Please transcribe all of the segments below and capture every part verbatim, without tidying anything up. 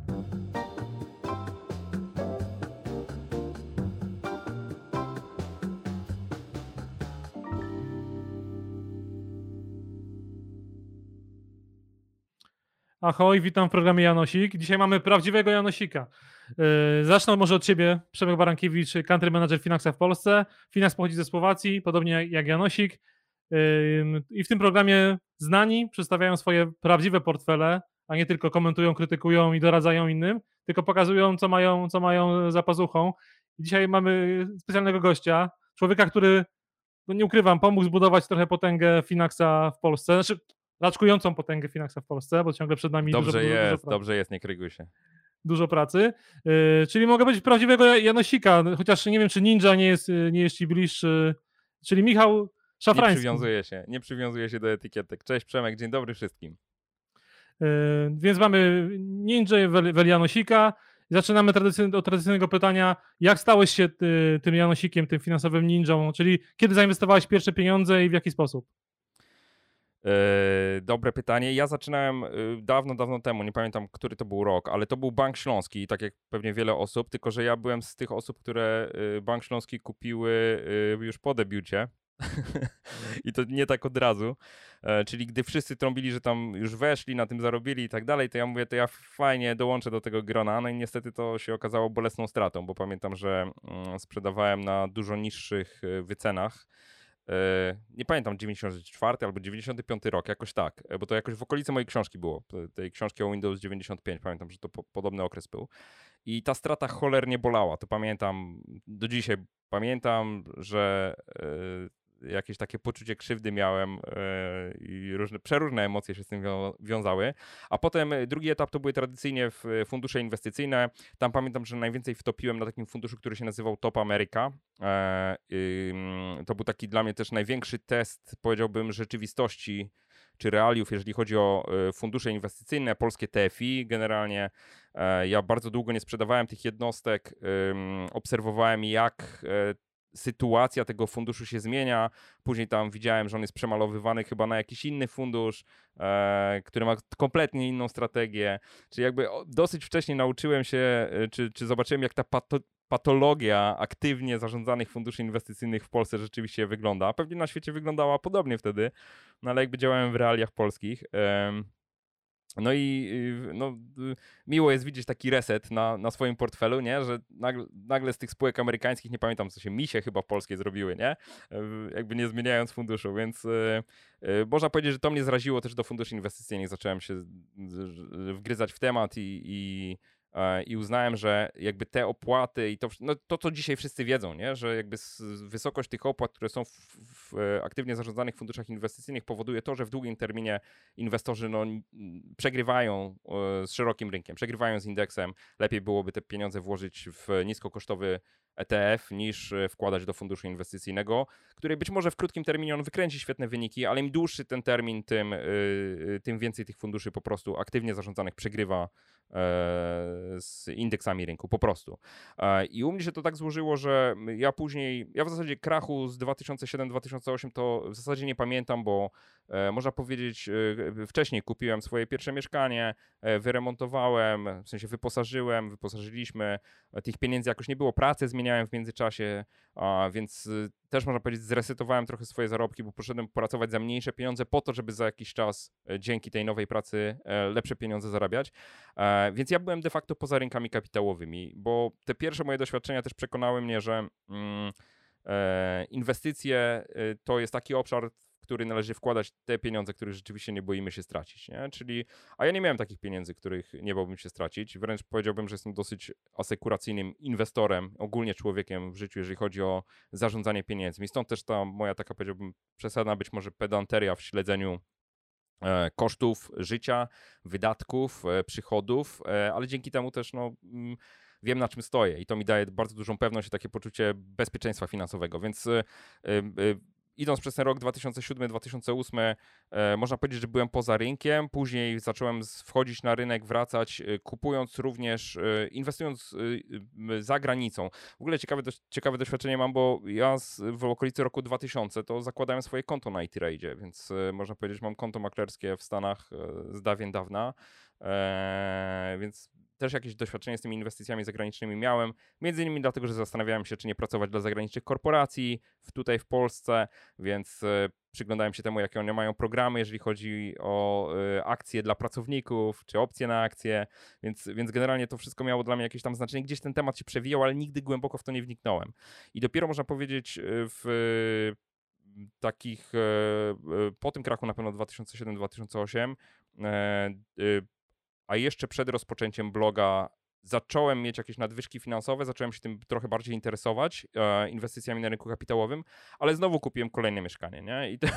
Ahoj, witam w programie Janosik. Dzisiaj mamy prawdziwego Janosika. Yy, zacznę może od ciebie, Przemek Barankiewicz, country manager Finaxa w Polsce. Finax pochodzi ze Słowacji, podobnie jak Janosik. Yy, I w tym programie znani przedstawiają swoje prawdziwe portfele, a nie tylko komentują, krytykują i doradzają innym, tylko pokazują, co mają, co mają za pazuchą. I dzisiaj mamy specjalnego gościa, człowieka, który, no nie ukrywam, pomógł zbudować trochę potęgę Finaxa w Polsce. Znaczy, raczkującą potęgę Finaxa w Polsce, bo ciągle przed nami Dobrze dużo, dużo, jest, dużo, pracy, dobrze jest, nie kryguj się. dużo pracy. Yy, czyli mogę być prawdziwego Janosika, chociaż nie wiem, czy Ninja nie jest, nie jest ci bliższy, czyli Michał Szafrański. Nie przywiązuje się, nie przywiązuje się do etykietek. Cześć Przemek, dzień dobry wszystkim. Yy, więc mamy Ninja, wel, wel Janosika. Zaczynamy tradycyjne, od tradycyjnego pytania, jak stałeś się ty, tym Janosikiem, tym finansowym ninją, czyli kiedy zainwestowałeś pierwsze pieniądze i w jaki sposób? Yy, dobre pytanie. Ja zaczynałem yy, dawno, dawno temu, nie pamiętam, który to był rok, ale to był Bank Śląski, tak jak pewnie wiele osób, tylko że ja byłem z tych osób, które yy, Bank Śląski kupiły yy, już po debiucie. I to nie tak od razu. E, czyli gdy wszyscy trąbili, że tam już weszli, na tym zarobili i tak dalej, to ja mówię, to ja fajnie dołączę do tego grona. No i niestety to się okazało bolesną stratą, bo pamiętam, że mm, sprzedawałem na dużo niższych y, wycenach. Nie pamiętam, dziewięćdziesiąty czwarty albo dziewięćdziesiąty piąty rok, jakoś tak, bo to jakoś w okolicy mojej książki było, tej książki o Windows dziewięćdziesiąt pięć, pamiętam, że to po, podobny okres był. I ta strata cholernie bolała, to pamiętam, do dzisiaj pamiętam, że e, jakieś takie poczucie krzywdy miałem e, i różne, przeróżne emocje się z tym wią- wiązały. A potem drugi etap to były tradycyjnie w fundusze inwestycyjne. Tam pamiętam, że najwięcej wtopiłem na takim funduszu, który się nazywał Top America. E, y, to był taki dla mnie też największy test, powiedziałbym, rzeczywistości czy realiów, jeżeli chodzi o e, fundusze inwestycyjne, polskie T F I generalnie. E, ja bardzo długo nie sprzedawałem tych jednostek, ym, obserwowałem jak e, sytuacja tego funduszu się zmienia. Później tam widziałem, że on jest przemalowywany chyba na jakiś inny fundusz, e, który ma kompletnie inną strategię. Czyli jakby dosyć wcześnie nauczyłem się, e, czy, czy zobaczyłem, jak ta pato patologia aktywnie zarządzanych funduszy inwestycyjnych w Polsce rzeczywiście wygląda. Pewnie na świecie wyglądała podobnie wtedy, no ale jakby działałem w realiach polskich. Ym, No i no, miło jest widzieć taki reset na, na swoim portfelu, nie? Że nagle, nagle z tych spółek amerykańskich, nie pamiętam co się, misie chyba polskie zrobiły, nie? Jakby nie zmieniając funduszu, więc y, y, można powiedzieć, że to mnie zraziło też do funduszy inwestycyjnych. Zacząłem się wgryzać w temat i, i i uznałem, że jakby te opłaty i to, no to, co dzisiaj wszyscy wiedzą, nie? Że jakby wysokość tych opłat, które są w, w aktywnie zarządzanych funduszach inwestycyjnych powoduje to, że w długim terminie inwestorzy no, przegrywają z szerokim rynkiem, przegrywają z indeksem. Lepiej byłoby te pieniądze włożyć w niskokosztowy E T F niż wkładać do funduszu inwestycyjnego, który być może w krótkim terminie on wykręci świetne wyniki, ale im dłuższy ten termin, tym, tym więcej tych funduszy po prostu aktywnie zarządzanych przegrywa z indeksami rynku, po prostu. I u mnie się to tak złożyło, że ja później, ja w zasadzie krachu z dwa tysiące siódmy do dwa tysiące ósmego to w zasadzie nie pamiętam, bo można powiedzieć, wcześniej kupiłem swoje pierwsze mieszkanie, wyremontowałem, w sensie wyposażyłem, wyposażyliśmy, tych pieniędzy jakoś nie było, pracę zmieniałem w międzyczasie, więc też można powiedzieć, zresetowałem trochę swoje zarobki, bo poszedłem pracować za mniejsze pieniądze po to, żeby za jakiś czas dzięki tej nowej pracy lepsze pieniądze zarabiać. Więc ja byłem de facto poza rynkami kapitałowymi, bo te pierwsze moje doświadczenia też przekonały mnie, że mm, e, inwestycje to jest taki obszar, w który należy wkładać te pieniądze, których rzeczywiście nie boimy się stracić, nie? Czyli, a ja nie miałem takich pieniędzy, których nie bałbym się stracić. Wręcz powiedziałbym, że jestem dosyć asekuracyjnym inwestorem, ogólnie człowiekiem w życiu, jeżeli chodzi o zarządzanie pieniędzmi. Stąd też ta moja taka, powiedziałbym, przesadna być może pedanteria w śledzeniu kosztów życia, wydatków, przychodów, ale dzięki temu też no, wiem, na czym stoję i to mi daje bardzo dużą pewność i takie poczucie bezpieczeństwa finansowego, więc idąc przez ten rok dwa tysiące siódmy do dwa tysiące ósmego, e, można powiedzieć, że byłem poza rynkiem. Później zacząłem wchodzić na rynek, wracać, e, kupując również, e, inwestując e, za granicą. W ogóle ciekawe, dość, ciekawe doświadczenie mam, bo ja z, w okolicy roku dwa tysiące to zakładałem swoje konto na E-Trade, więc e, można powiedzieć, że mam konto maklerskie w Stanach e, z dawien dawna. E, więc też jakieś doświadczenie z tymi inwestycjami zagranicznymi miałem, między innymi dlatego, że zastanawiałem się, czy nie pracować dla zagranicznych korporacji w, tutaj w Polsce, więc e, przyglądałem się temu, jakie one mają programy, jeżeli chodzi o e, akcje dla pracowników, czy opcje na akcje, więc, więc generalnie to wszystko miało dla mnie jakieś tam znaczenie. Gdzieś ten temat się przewijał, ale nigdy głęboko w to nie wniknąłem. I dopiero można powiedzieć w takich, e, e, po tym krachu na pewno dwa tysiące siedem dwa tysiące osiem, e, e, a jeszcze przed rozpoczęciem bloga zacząłem mieć jakieś nadwyżki finansowe, zacząłem się tym trochę bardziej interesować, e, inwestycjami na rynku kapitałowym, ale znowu kupiłem kolejne mieszkanie, nie? I to,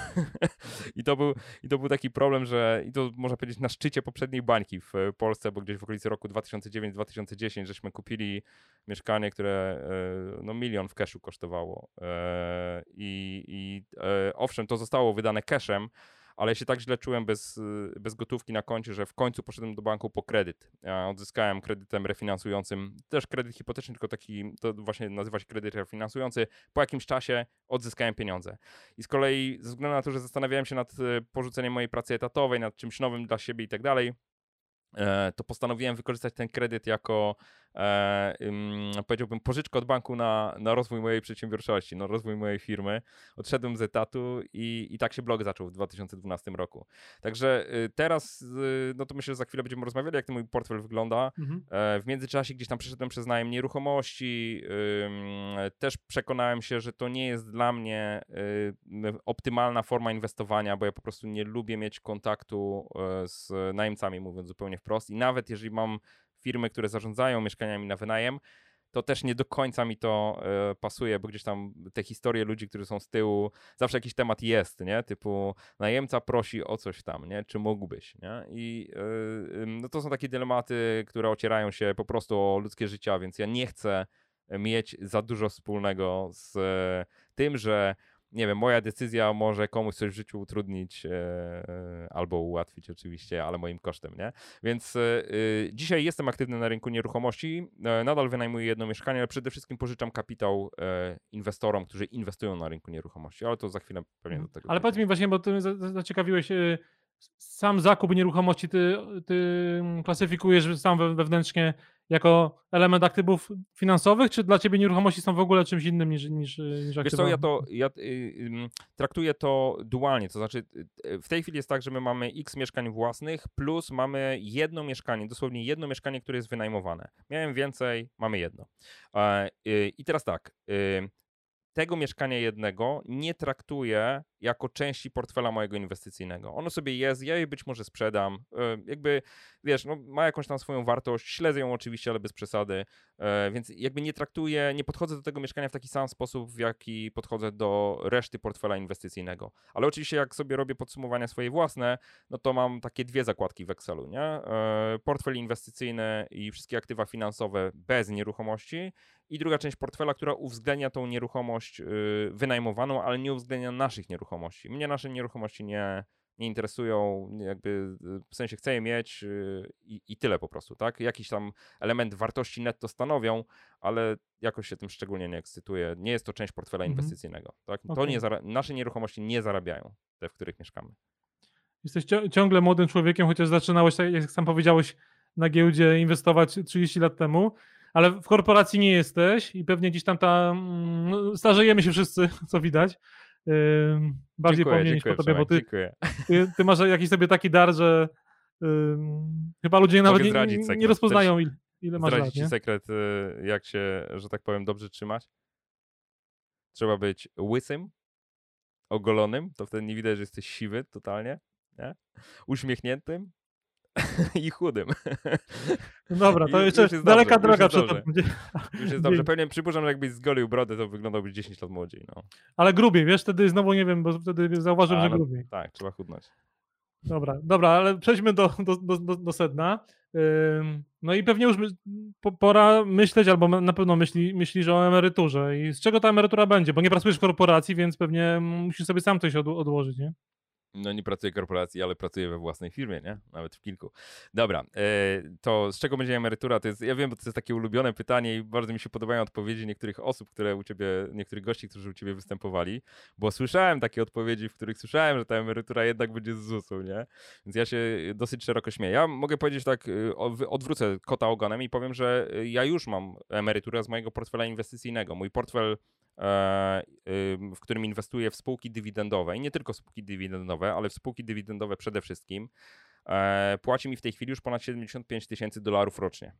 i to, był, i to był taki problem, że i to można powiedzieć na szczycie poprzedniej bańki w Polsce, bo gdzieś w okolicy roku dwa tysiące dziewiąty dwa tysiące dziesiąty żeśmy kupili mieszkanie, które e, no milion w cashu kosztowało. E, I i e, owszem, to zostało wydane cashem, ale ja się tak źle czułem bez, bez gotówki na koncie, że w końcu poszedłem do banku po kredyt. Ja odzyskałem kredytem refinansującym, też kredyt hipoteczny, tylko taki, to właśnie nazywa się kredyt refinansujący. Po jakimś czasie odzyskałem pieniądze. I z kolei ze względu na to, że zastanawiałem się nad porzuceniem mojej pracy etatowej, nad czymś nowym dla siebie i tak dalej, to postanowiłem wykorzystać ten kredyt jako, e, um, powiedziałbym, pożyczkę od banku na, na rozwój mojej przedsiębiorczości, na rozwój mojej firmy. Odszedłem z etatu i, i tak się blog zaczął w dwa tysiące dwunastym roku. Także y, teraz, y, no to myślę, że za chwilę będziemy rozmawiali, jak ten mój portfel wygląda. Mhm. E, w międzyczasie gdzieś tam przeszedłem przez najem nieruchomości. Y, też przekonałem się, że to nie jest dla mnie y, optymalna forma inwestowania, bo ja po prostu nie lubię mieć kontaktu y, z najemcami, mówiąc zupełnie wprost. I nawet jeżeli mam firmy, które zarządzają mieszkaniami na wynajem, to też nie do końca mi to e, pasuje, bo gdzieś tam te historie ludzi, którzy są z tyłu, zawsze jakiś temat jest, nie? Typu najemca prosi o coś tam, nie? Czy mógłbyś, nie? I e, no to są takie dylematy, które ocierają się po prostu o ludzkie życia, więc ja nie chcę mieć za dużo wspólnego z e, tym, że nie wiem, moja decyzja może komuś coś w życiu utrudnić e, albo ułatwić oczywiście, ale moim kosztem, nie? Więc e, dzisiaj jestem aktywny na rynku nieruchomości, e, nadal wynajmuję jedno mieszkanie, ale przede wszystkim pożyczam kapitał e, inwestorom, którzy inwestują na rynku nieruchomości, ale to za chwilę pewnie do tego. Ale powiedz mi właśnie, bo ty zaciekawiłeś, e, sam zakup nieruchomości ty, ty klasyfikujesz sam wewnętrznie jako element aktywów finansowych, czy dla ciebie nieruchomości są w ogóle czymś innym niż, niż, niż aktywa? Wiesz co, ja to ja, y, y, traktuję to dualnie, to znaczy y, w tej chwili jest tak, że my mamy x mieszkań własnych plus mamy jedno mieszkanie, dosłownie jedno mieszkanie, które jest wynajmowane. Miałem więcej, mamy jedno. E, y, I teraz tak, y, tego mieszkania jednego nie traktuję jako części portfela mojego inwestycyjnego. Ono sobie jest, ja je być może sprzedam, jakby, wiesz, no, ma jakąś tam swoją wartość, śledzę ją oczywiście, ale bez przesady, więc jakby nie traktuję, nie podchodzę do tego mieszkania w taki sam sposób, w jaki podchodzę do reszty portfela inwestycyjnego. Ale oczywiście jak sobie robię podsumowania swoje własne, no to mam takie dwie zakładki w Excelu, nie? Portfel inwestycyjny i wszystkie aktywa finansowe bez nieruchomości i druga część portfela, która uwzględnia tą nieruchomość wynajmowaną, ale nie uwzględnia naszych nieruchomości. Mnie nasze nieruchomości nie, nie interesują, jakby w sensie chcę je mieć i, i tyle po prostu, tak? Jakiś tam element wartości netto stanowią, ale jakoś się tym szczególnie nie ekscytuję. Nie jest to część portfela mhm. inwestycyjnego, tak? To okay. nie zara- nasze nieruchomości nie zarabiają, te, w których mieszkamy. Jesteś ciągle młodym człowiekiem, chociaż zaczynałeś, jak sam powiedziałeś, na giełdzie inwestować trzydzieści lat temu, ale w korporacji nie jesteś i pewnie gdzieś tam ta, no, starzejemy się wszyscy, co widać. Yy, bardziej dziękuję, po mnie niż po tobie, bo ty, ty, ty masz jakiś sobie taki dar, że yy, chyba ludzie Mogę nawet nie, nie, nie rozpoznają, Chcesz ile, ile masz lat. Zdradzić ci sekret, jak się, że tak powiem, dobrze trzymać? Trzeba być łysym, ogolonym, to wtedy nie widać, że jesteś siwy totalnie, nie? Uśmiechniętym i chudym. No dobra, to jeszcze już jest daleka dobrze, droga przed tobą. Już jest dobrze. Pewnie przypuszczam, że jakbyś zgolił brodę, to wyglądałbyś dziesięć lat młodziej. No. Ale grubiej, wiesz, wtedy znowu nie wiem, bo wtedy zauważyłem, że no, grubiej. Tak, trzeba chudnąć. Dobra, dobra, ale przejdźmy do, do, do, do sedna. No i pewnie już pora myśleć, albo na pewno myśli, myślisz o emeryturze. I z czego ta emerytura będzie? Bo nie pracujesz w korporacji, więc pewnie musisz sobie sam coś odłożyć, nie? No nie pracuję w korporacji, ale pracuję we własnej firmie, nie? Nawet w kilku. Dobra, e, to z czego będzie emerytura? To jest, ja wiem, bo to jest takie ulubione pytanie i bardzo mi się podobają odpowiedzi niektórych osób, które u ciebie, niektórych gości, którzy u ciebie występowali, bo słyszałem takie odpowiedzi, w których słyszałem, że ta emerytura jednak będzie z zusu, nie? Więc ja się dosyć szeroko śmieję. Ja mogę powiedzieć tak, y, o- odwrócę kota ogonem i powiem, że y, ja już mam emeryturę z mojego portfela inwestycyjnego. Mój portfel e, ym, w którym inwestuję w spółki dywidendowe i nie tylko spółki dywidendowe, ale w spółki dywidendowe przede wszystkim, e, płaci mi w tej chwili już ponad siedemdziesiąt pięć tysięcy dolarów rocznie.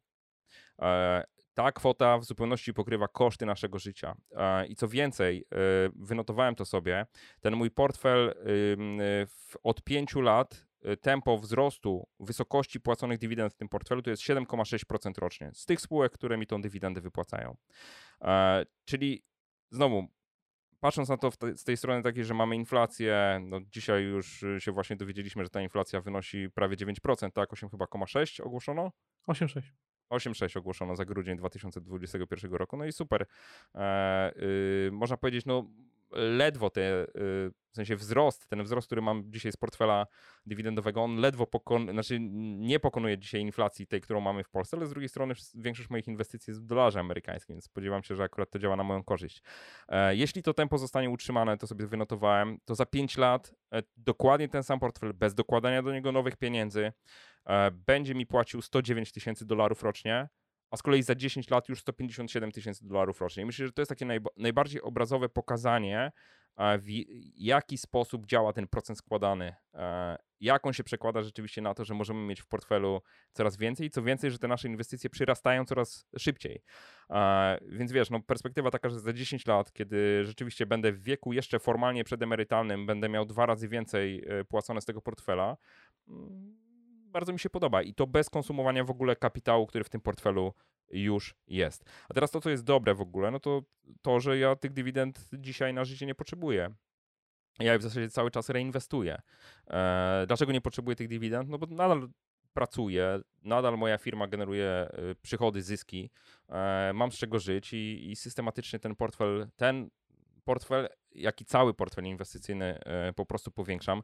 E, Ta kwota w zupełności pokrywa koszty naszego życia. E, I co więcej, e, wynotowałem to sobie, ten mój portfel ym, w- od pięciu lat e, tempo wzrostu wysokości płaconych dywidend w tym portfelu to jest siedem przecinek sześć procent rocznie z tych spółek, które mi tą dywidendę wypłacają. E, Czyli znowu, patrząc na to w te, z tej strony takiej, że mamy inflację, no dzisiaj już y, się właśnie dowiedzieliśmy, że ta inflacja wynosi prawie dziewięć procent, tak? osiem chyba przecinek sześć ogłoszono? osiem sześć. osiem przecinek sześć ogłoszono za grudzień dwa tysiące dwudziestego pierwszego roku, no i super. E, y, można powiedzieć, no ledwo te, y, w sensie wzrost, ten wzrost, który mam dzisiaj z portfela dywidendowego, on ledwo pokon, znaczy nie pokonuje dzisiaj inflacji tej, którą mamy w Polsce, ale z drugiej strony wsz- większość moich inwestycji jest w dolarze amerykańskim, więc spodziewam się, że akurat to działa na moją korzyść. E, jeśli to tempo zostanie utrzymane, to sobie wynotowałem, to za pięć lat e, dokładnie ten sam portfel, bez dokładania do niego nowych pieniędzy, e, będzie mi płacił sto dziewięć tysięcy dolarów rocznie, a z kolei za dziesięć lat już sto pięćdziesiąt siedem tysięcy dolarów rocznie. I myślę, że to jest takie najba- najbardziej obrazowe pokazanie, e, w jaki sposób działa ten procent składany, e, jak on się przekłada rzeczywiście na to, że możemy mieć w portfelu coraz więcej i co więcej, że te nasze inwestycje przyrastają coraz szybciej. E, Więc wiesz, no perspektywa taka, że za dziesięć lat, kiedy rzeczywiście będę w wieku jeszcze formalnie przedemerytalnym, będę miał dwa razy więcej e, płacone z tego portfela, mm, bardzo mi się podoba i to bez konsumowania w ogóle kapitału, który w tym portfelu już jest. A teraz to, co jest dobre w ogóle, no to to, że ja tych dywidend dzisiaj na życie nie potrzebuję. Ja je w zasadzie cały czas reinwestuję. E, dlaczego nie potrzebuję tych dywidend? No bo nadal pracuję, nadal moja firma generuje e, przychody, zyski, e, mam z czego żyć i, i systematycznie ten portfel, ten portfel, jak i cały portfel inwestycyjny e, po prostu powiększam.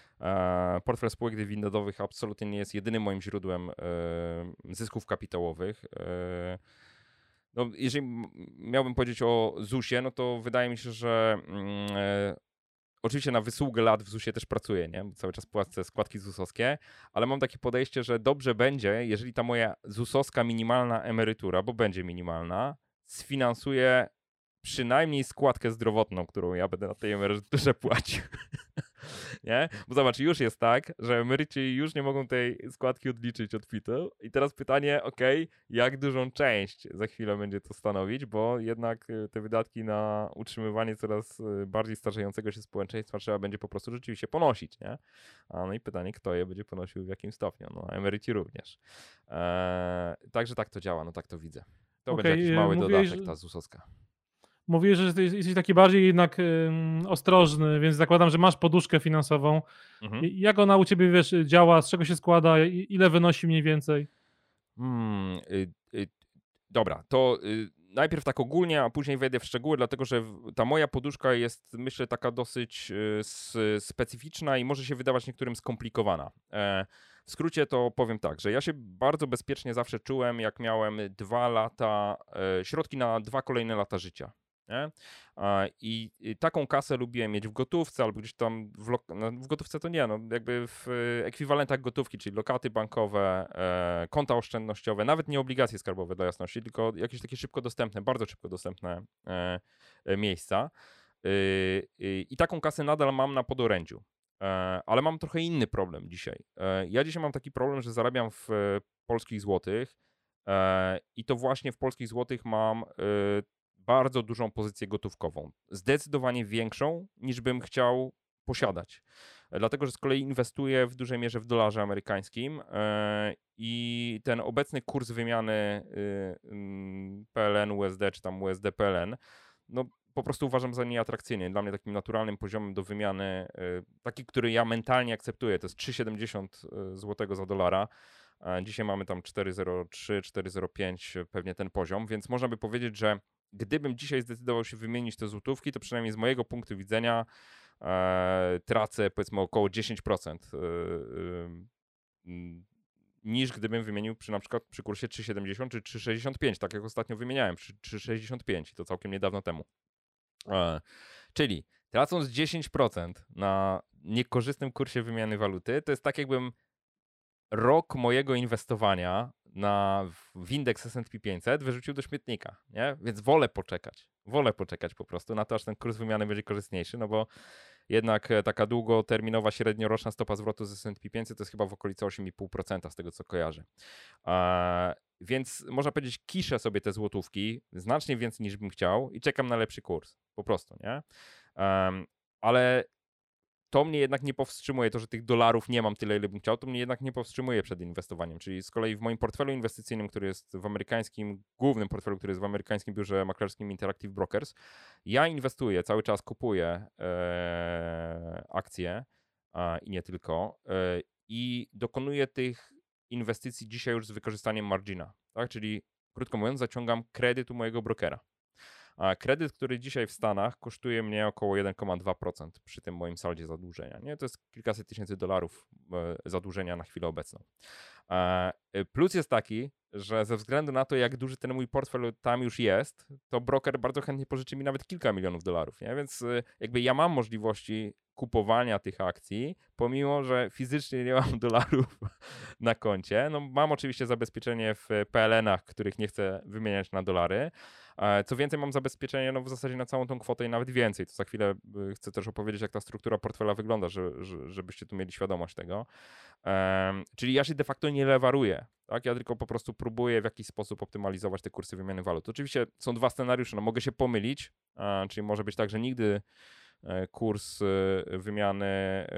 E, Portfel spółek dywidendowych absolutnie nie jest jedynym moim źródłem e, zysków kapitałowych. E, No, jeżeli m- miałbym powiedzieć o zusie, no to wydaje mi się, że mm, e, oczywiście na wysługę lat w zusie też pracuję, nie? Bo cały czas płacę składki zusowskie, ale mam takie podejście, że dobrze będzie, jeżeli ta moja zusowska minimalna emerytura, bo będzie minimalna, sfinansuje przynajmniej składkę zdrowotną, którą ja będę na tej emeryturze płacił. Nie? Bo zobacz, już jest tak, że emeryci już nie mogą tej składki odliczyć od P I T-u. I teraz pytanie, ok, jak dużą część za chwilę będzie to stanowić, bo jednak y, te wydatki na utrzymywanie coraz y, bardziej starzejącego się społeczeństwa trzeba będzie po prostu rzeczywiście ponosić, nie? A no i pytanie, kto je będzie ponosił w jakim stopniu? No, emeryci również. Eee, także tak to działa, no tak to widzę. To będzie Okej, jakiś y, mały mówiłeś, dodatek, że- ta zusowska. Mówisz, że jesteś jesteś taki bardziej jednak ym, ostrożny, więc zakładam, że masz poduszkę finansową. Mhm. I jak ona u ciebie, wiesz, działa, z czego się składa, i- ile wynosi mniej więcej? Hmm, y, y, dobra, to y, najpierw tak ogólnie, a później wejdę w szczegóły, dlatego że w- ta moja poduszka jest, myślę, taka dosyć y, s, specyficzna i może się wydawać niektórym skomplikowana. E, w skrócie to powiem tak, że ja się bardzo bezpiecznie zawsze czułem, jak miałem dwa lata, e, środki na dwa kolejne lata życia. Nie? A, I, I taką kasę lubiłem mieć w gotówce albo gdzieś tam w, lok- no, w gotówce to nie, no jakby w e, ekwiwalentach gotówki, czyli lokaty bankowe, e, konta oszczędnościowe, nawet nie obligacje skarbowe dla jasności, tylko jakieś takie szybko dostępne, bardzo szybko dostępne e, e, miejsca. Y, y, I taką kasę nadal mam na podorędziu. E, Ale mam trochę inny problem dzisiaj. E, Ja dzisiaj mam taki problem, że zarabiam w e, polskich złotych e, i to właśnie w polskich złotych mam e, bardzo dużą pozycję gotówkową. Zdecydowanie większą niż bym chciał posiadać. E, Dlatego, że z kolei inwestuję w dużej mierze w dolarze amerykańskim e, i ten obecny kurs wymiany y, ym, P L N U S D czy tam U S D P L N, no po prostu uważam za nieatrakcyjny. Dla mnie takim naturalnym poziomem do wymiany, y, taki, który ja mentalnie akceptuję, to jest trzy siedemdziesiąt złotego za dolara. A dzisiaj mamy tam cztery zero trzy, cztery zero pięć, pewnie ten poziom, więc można by powiedzieć, że gdybym dzisiaj zdecydował się wymienić te złotówki, to przynajmniej z mojego punktu widzenia e, tracę powiedzmy około dziesięć procent e, e, niż gdybym wymienił przy na przykład przy kursie trzy siedemdziesiąt czy trzy sześćdziesiąt pięć, tak jak ostatnio wymieniałem, przy trzy sześćdziesiąt pięć i to całkiem niedawno temu. E, czyli tracąc dziesięć procent na niekorzystnym kursie wymiany waluty, to jest tak jakbym rok mojego inwestowania na, w indeks S and P pięćset wyrzucił do śmietnika, nie? Więc wolę poczekać. Wolę poczekać po prostu na to, aż ten kurs wymiany będzie korzystniejszy, no bo jednak taka długoterminowa, średnioroczna stopa zwrotu z S and P pięćset to jest chyba w okolicy osiem i pół procent z tego, co kojarzę. Eee, więc można powiedzieć, kiszę sobie te złotówki znacznie więcej niż bym chciał i czekam na lepszy kurs. Po prostu, nie? Eee, ale to mnie jednak nie powstrzymuje, to, że tych dolarów nie mam tyle, ile bym chciał, to mnie jednak nie powstrzymuje przed inwestowaniem. Czyli z kolei w moim portfelu inwestycyjnym, który jest w amerykańskim, głównym portfelu, który jest w amerykańskim biurze maklerskim Interactive Brokers, ja inwestuję, cały czas kupuję e, akcje a, i nie tylko e, i dokonuję tych inwestycji dzisiaj już z wykorzystaniem margina, tak? Czyli krótko mówiąc zaciągam kredyt u mojego brokera. A kredyt, który dzisiaj w Stanach kosztuje mnie około jeden przecinek dwa procent przy tym moim saldzie zadłużenia. Nie? To jest kilkaset tysięcy dolarów e, zadłużenia na chwilę obecną. E, plus jest taki, że ze względu na to, jak duży ten mój portfel tam już jest, to broker bardzo chętnie pożyczy mi nawet kilka milionów dolarów. Nie? Więc e, jakby ja mam możliwości kupowania tych akcji, pomimo że fizycznie nie mam dolarów na koncie. No, mam oczywiście zabezpieczenie w P L N-ach, których nie chcę wymieniać na dolary. Co więcej, mam zabezpieczenie no w zasadzie na całą tą kwotę i nawet więcej. To za chwilę chcę też opowiedzieć, jak ta struktura portfela wygląda, że, że, żebyście tu mieli świadomość tego. Um, czyli ja się de facto nie lewaruję. Tak? Ja tylko po prostu próbuję w jakiś sposób optymalizować te kursy wymiany walut. Oczywiście są dwa scenariusze. No, mogę się pomylić, a, czyli może być tak, że nigdy kurs wymiany,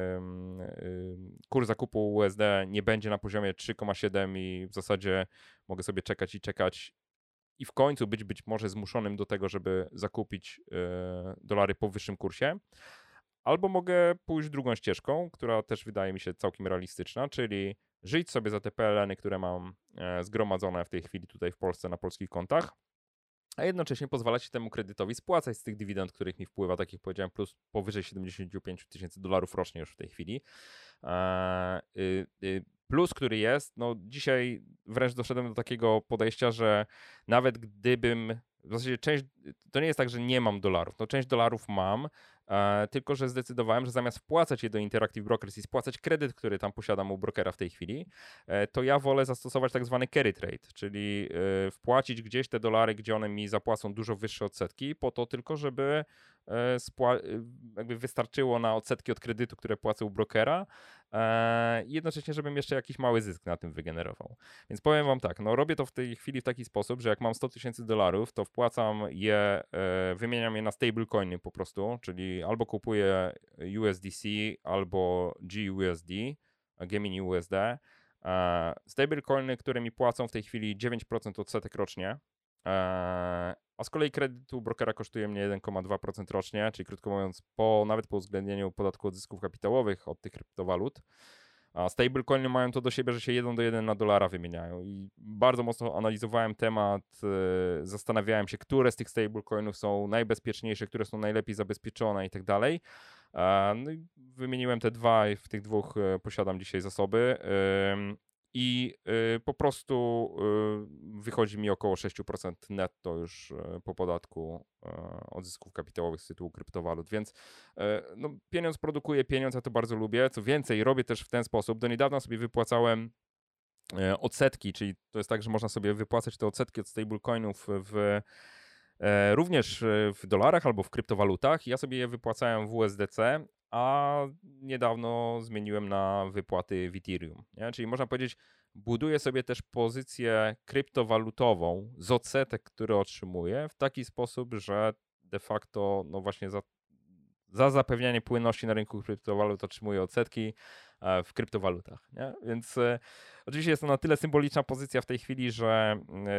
kurs zakupu U S D nie będzie na poziomie trzy przecinek siedem i w zasadzie mogę sobie czekać i czekać i w końcu być być może zmuszonym do tego, żeby zakupić dolary po wyższym kursie. Albo mogę pójść drugą ścieżką, która też wydaje mi się całkiem realistyczna, czyli żyć sobie za te P L N-y, które mam zgromadzone w tej chwili tutaj w Polsce na polskich kontach, a jednocześnie pozwalać temu kredytowi spłacać z tych dywidend, których mi wpływa, tak jak powiedziałem, plus powyżej siedemdziesiąt pięć tysięcy dolarów rocznie już w tej chwili. Plus, który jest, no dzisiaj wręcz doszedłem do takiego podejścia, że nawet gdybym, w zasadzie część, to nie jest tak, że nie mam dolarów, no część dolarów mam, e, tylko że zdecydowałem, że zamiast wpłacać je do Interactive Brokers i spłacać kredyt, który tam posiadam u brokera w tej chwili, e, to ja wolę zastosować tak zwany carry trade, czyli e, wpłacić gdzieś te dolary, gdzie one mi zapłacą dużo wyższe odsetki, po to tylko, żeby e, spła- jakby wystarczyło na odsetki od kredytu, które płacę u brokera, e, i jednocześnie, żebym jeszcze jakiś mały zysk na tym wygenerował. Więc powiem wam tak, no robię to w tej chwili w taki sposób, że jak mam sto tysięcy dolarów, to wpłacam je, e, wymieniam je na stablecoiny po prostu, czyli albo kupuję U S D C, albo G U S D, Gemini U S D. E, stablecoiny, które mi płacą w tej chwili dziewięć procent odsetek rocznie, e, a z kolei kredyt u brokera kosztuje mnie jeden przecinek dwa procent rocznie, czyli krótko mówiąc, po, nawet po uwzględnieniu podatku od zysków kapitałowych od tych kryptowalut. A stablecoiny mają to do siebie, że się jeden do jeden na dolara wymieniają i bardzo mocno analizowałem temat, yy, zastanawiałem się, które z tych stablecoinów są najbezpieczniejsze, które są najlepiej zabezpieczone i tak dalej. No i wymieniłem te dwa i w tych dwóch yy, posiadam dzisiaj zasoby. Yy, I y, po prostu y, wychodzi mi około sześć procent netto już y, po podatku y, od zysków kapitałowych z tytułu kryptowalut, więc y, no, pieniądz produkuje pieniądz, ja to bardzo lubię. Co więcej, robię też w ten sposób. Do niedawna sobie wypłacałem y, odsetki, czyli to jest tak, że można sobie wypłacać te odsetki od stablecoinów w y, również w dolarach albo w kryptowalutach. Ja sobie je wypłacałem w U S D C, a niedawno zmieniłem na wypłaty w Ethereum. Nie? Czyli można powiedzieć, buduję sobie też pozycję kryptowalutową z odsetek, które otrzymuję w taki sposób, że de facto no właśnie za, za zapewnianie płynności na rynku kryptowalut otrzymuję odsetki w kryptowalutach. Nie? Więc e, oczywiście jest to na tyle symboliczna pozycja w tej chwili, że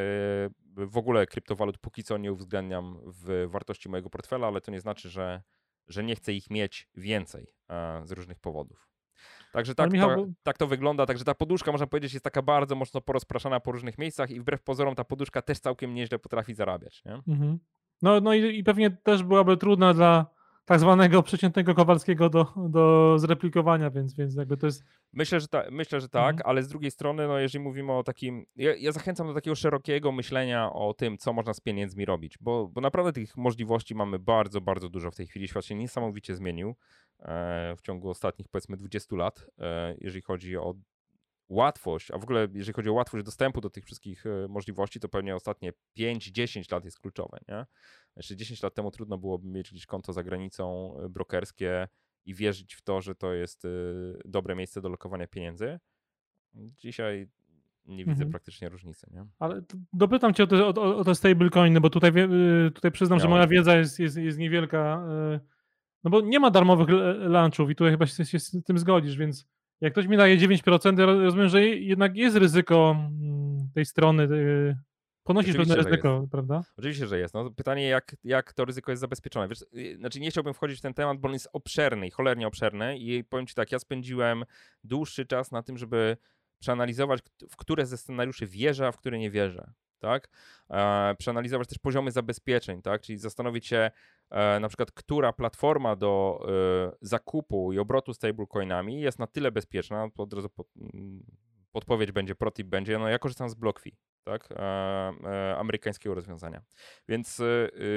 e, w ogóle kryptowalut póki co nie uwzględniam w wartości mojego portfela, ale to nie znaczy, że że nie chcę ich mieć więcej e, z różnych powodów. Także tak, Michał, to, bo... tak to wygląda. Także ta poduszka, można powiedzieć, jest taka bardzo mocno porozpraszana po różnych miejscach i wbrew pozorom ta poduszka też całkiem nieźle potrafi zarabiać. Nie? Mhm. No, no i, i pewnie też byłaby trudna dla tak zwanego przeciętnego Kowalskiego do, do zreplikowania, więc, więc jakby to jest... Myślę, że, ta, myślę, że tak, Mhm. ale z drugiej strony, no jeżeli mówimy o takim, ja, ja zachęcam do takiego szerokiego myślenia o tym, co można z pieniędzmi robić, bo, bo naprawdę tych możliwości mamy bardzo, bardzo dużo w tej chwili. Świat się niesamowicie zmienił e, w ciągu ostatnich, powiedzmy, dwudziestu lat, e, jeżeli chodzi o łatwość, a w ogóle jeżeli chodzi o łatwość dostępu do tych wszystkich e, możliwości, to pewnie ostatnie pięć dziesięć lat jest kluczowe, nie? Jeszcze dziesięć lat temu trudno byłoby mieć gdzieś konto za granicą e, brokerskie i wierzyć w to, że to jest e, dobre miejsce do lokowania pieniędzy. Dzisiaj nie widzę Mhm. praktycznie różnicy, nie? Ale to dopytam cię o te, o, o o te stablecoiny, bo tutaj, wie- y, tutaj przyznam, że Śmiało. moja wiedza jest, jest, jest niewielka. y, No bo nie ma darmowych l- lunchów i tutaj chyba się, się z tym zgodzisz, więc jak ktoś mi daje dziewięć procent, ja rozumiem, że jednak jest ryzyko mm, tej strony. y, Ponosisz pewne Oczywiście, że jest. ryzyko, prawda? Oczywiście, że jest. No, pytanie, jak, jak to ryzyko jest zabezpieczone. Wiesz, y, znaczy nie chciałbym wchodzić w ten temat, bo on jest obszerny i cholernie obszerny i powiem ci tak, ja spędziłem dłuższy czas na tym, żeby przeanalizować, kt- w które ze scenariuszy wierzę, a w które nie wierzę. Tak? E, przeanalizować też poziomy zabezpieczeń, tak? Czyli zastanowić się e, na przykład, która platforma do e, zakupu i obrotu stablecoinami jest na tyle bezpieczna, to od razu pod, mm, podpowiedź będzie, protip będzie, no ja korzystam z BlockFi, tak? E, e, amerykańskiego rozwiązania. Więc y,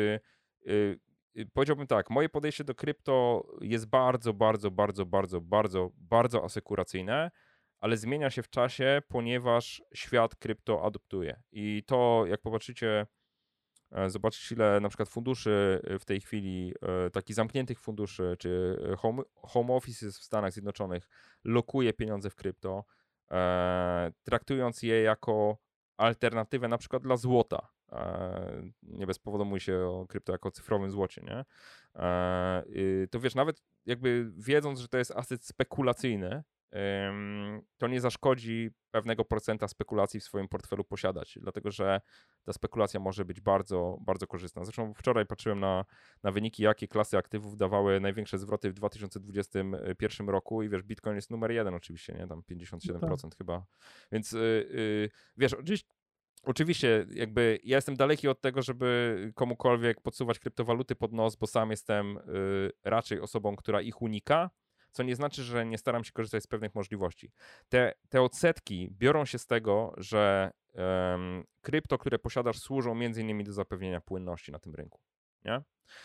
y, y, powiedziałbym tak, moje podejście do krypto jest bardzo, bardzo, bardzo, bardzo, bardzo, bardzo asekuracyjne, ale zmienia się w czasie, ponieważ świat krypto adoptuje. I to, jak popatrzycie, e, zobaczyć ile na przykład funduszy w tej chwili, e, takich zamkniętych funduszy, czy home, home offices w Stanach Zjednoczonych lokuje pieniądze w krypto, e, traktując je jako alternatywę na przykład dla złota. E, nie bez powodu mówi się o krypto jako cyfrowym złocie, nie? E, y, to wiesz, nawet jakby wiedząc, że to jest aset spekulacyjny, ym, to nie zaszkodzi pewnego procenta spekulacji w swoim portfelu posiadać, dlatego że ta spekulacja może być bardzo, bardzo korzystna. Zresztą wczoraj patrzyłem na, na wyniki, jakie klasy aktywów dawały największe zwroty w dwa tysiące dwudziestym pierwszym roku i wiesz, Bitcoin jest numer jeden oczywiście, nie? Tam pięćdziesiąt siedem procent chyba. Więc yy, yy, wiesz, oczywiście Oczywiście, jakby ja jestem daleki od tego, żeby komukolwiek podsuwać kryptowaluty pod nos, bo sam jestem y, raczej osobą, która ich unika, co nie znaczy, że nie staram się korzystać z pewnych możliwości. Te, te odsetki biorą się z tego, że em, krypto, które posiadasz, służą między innymi do zapewnienia płynności na tym rynku. Nie?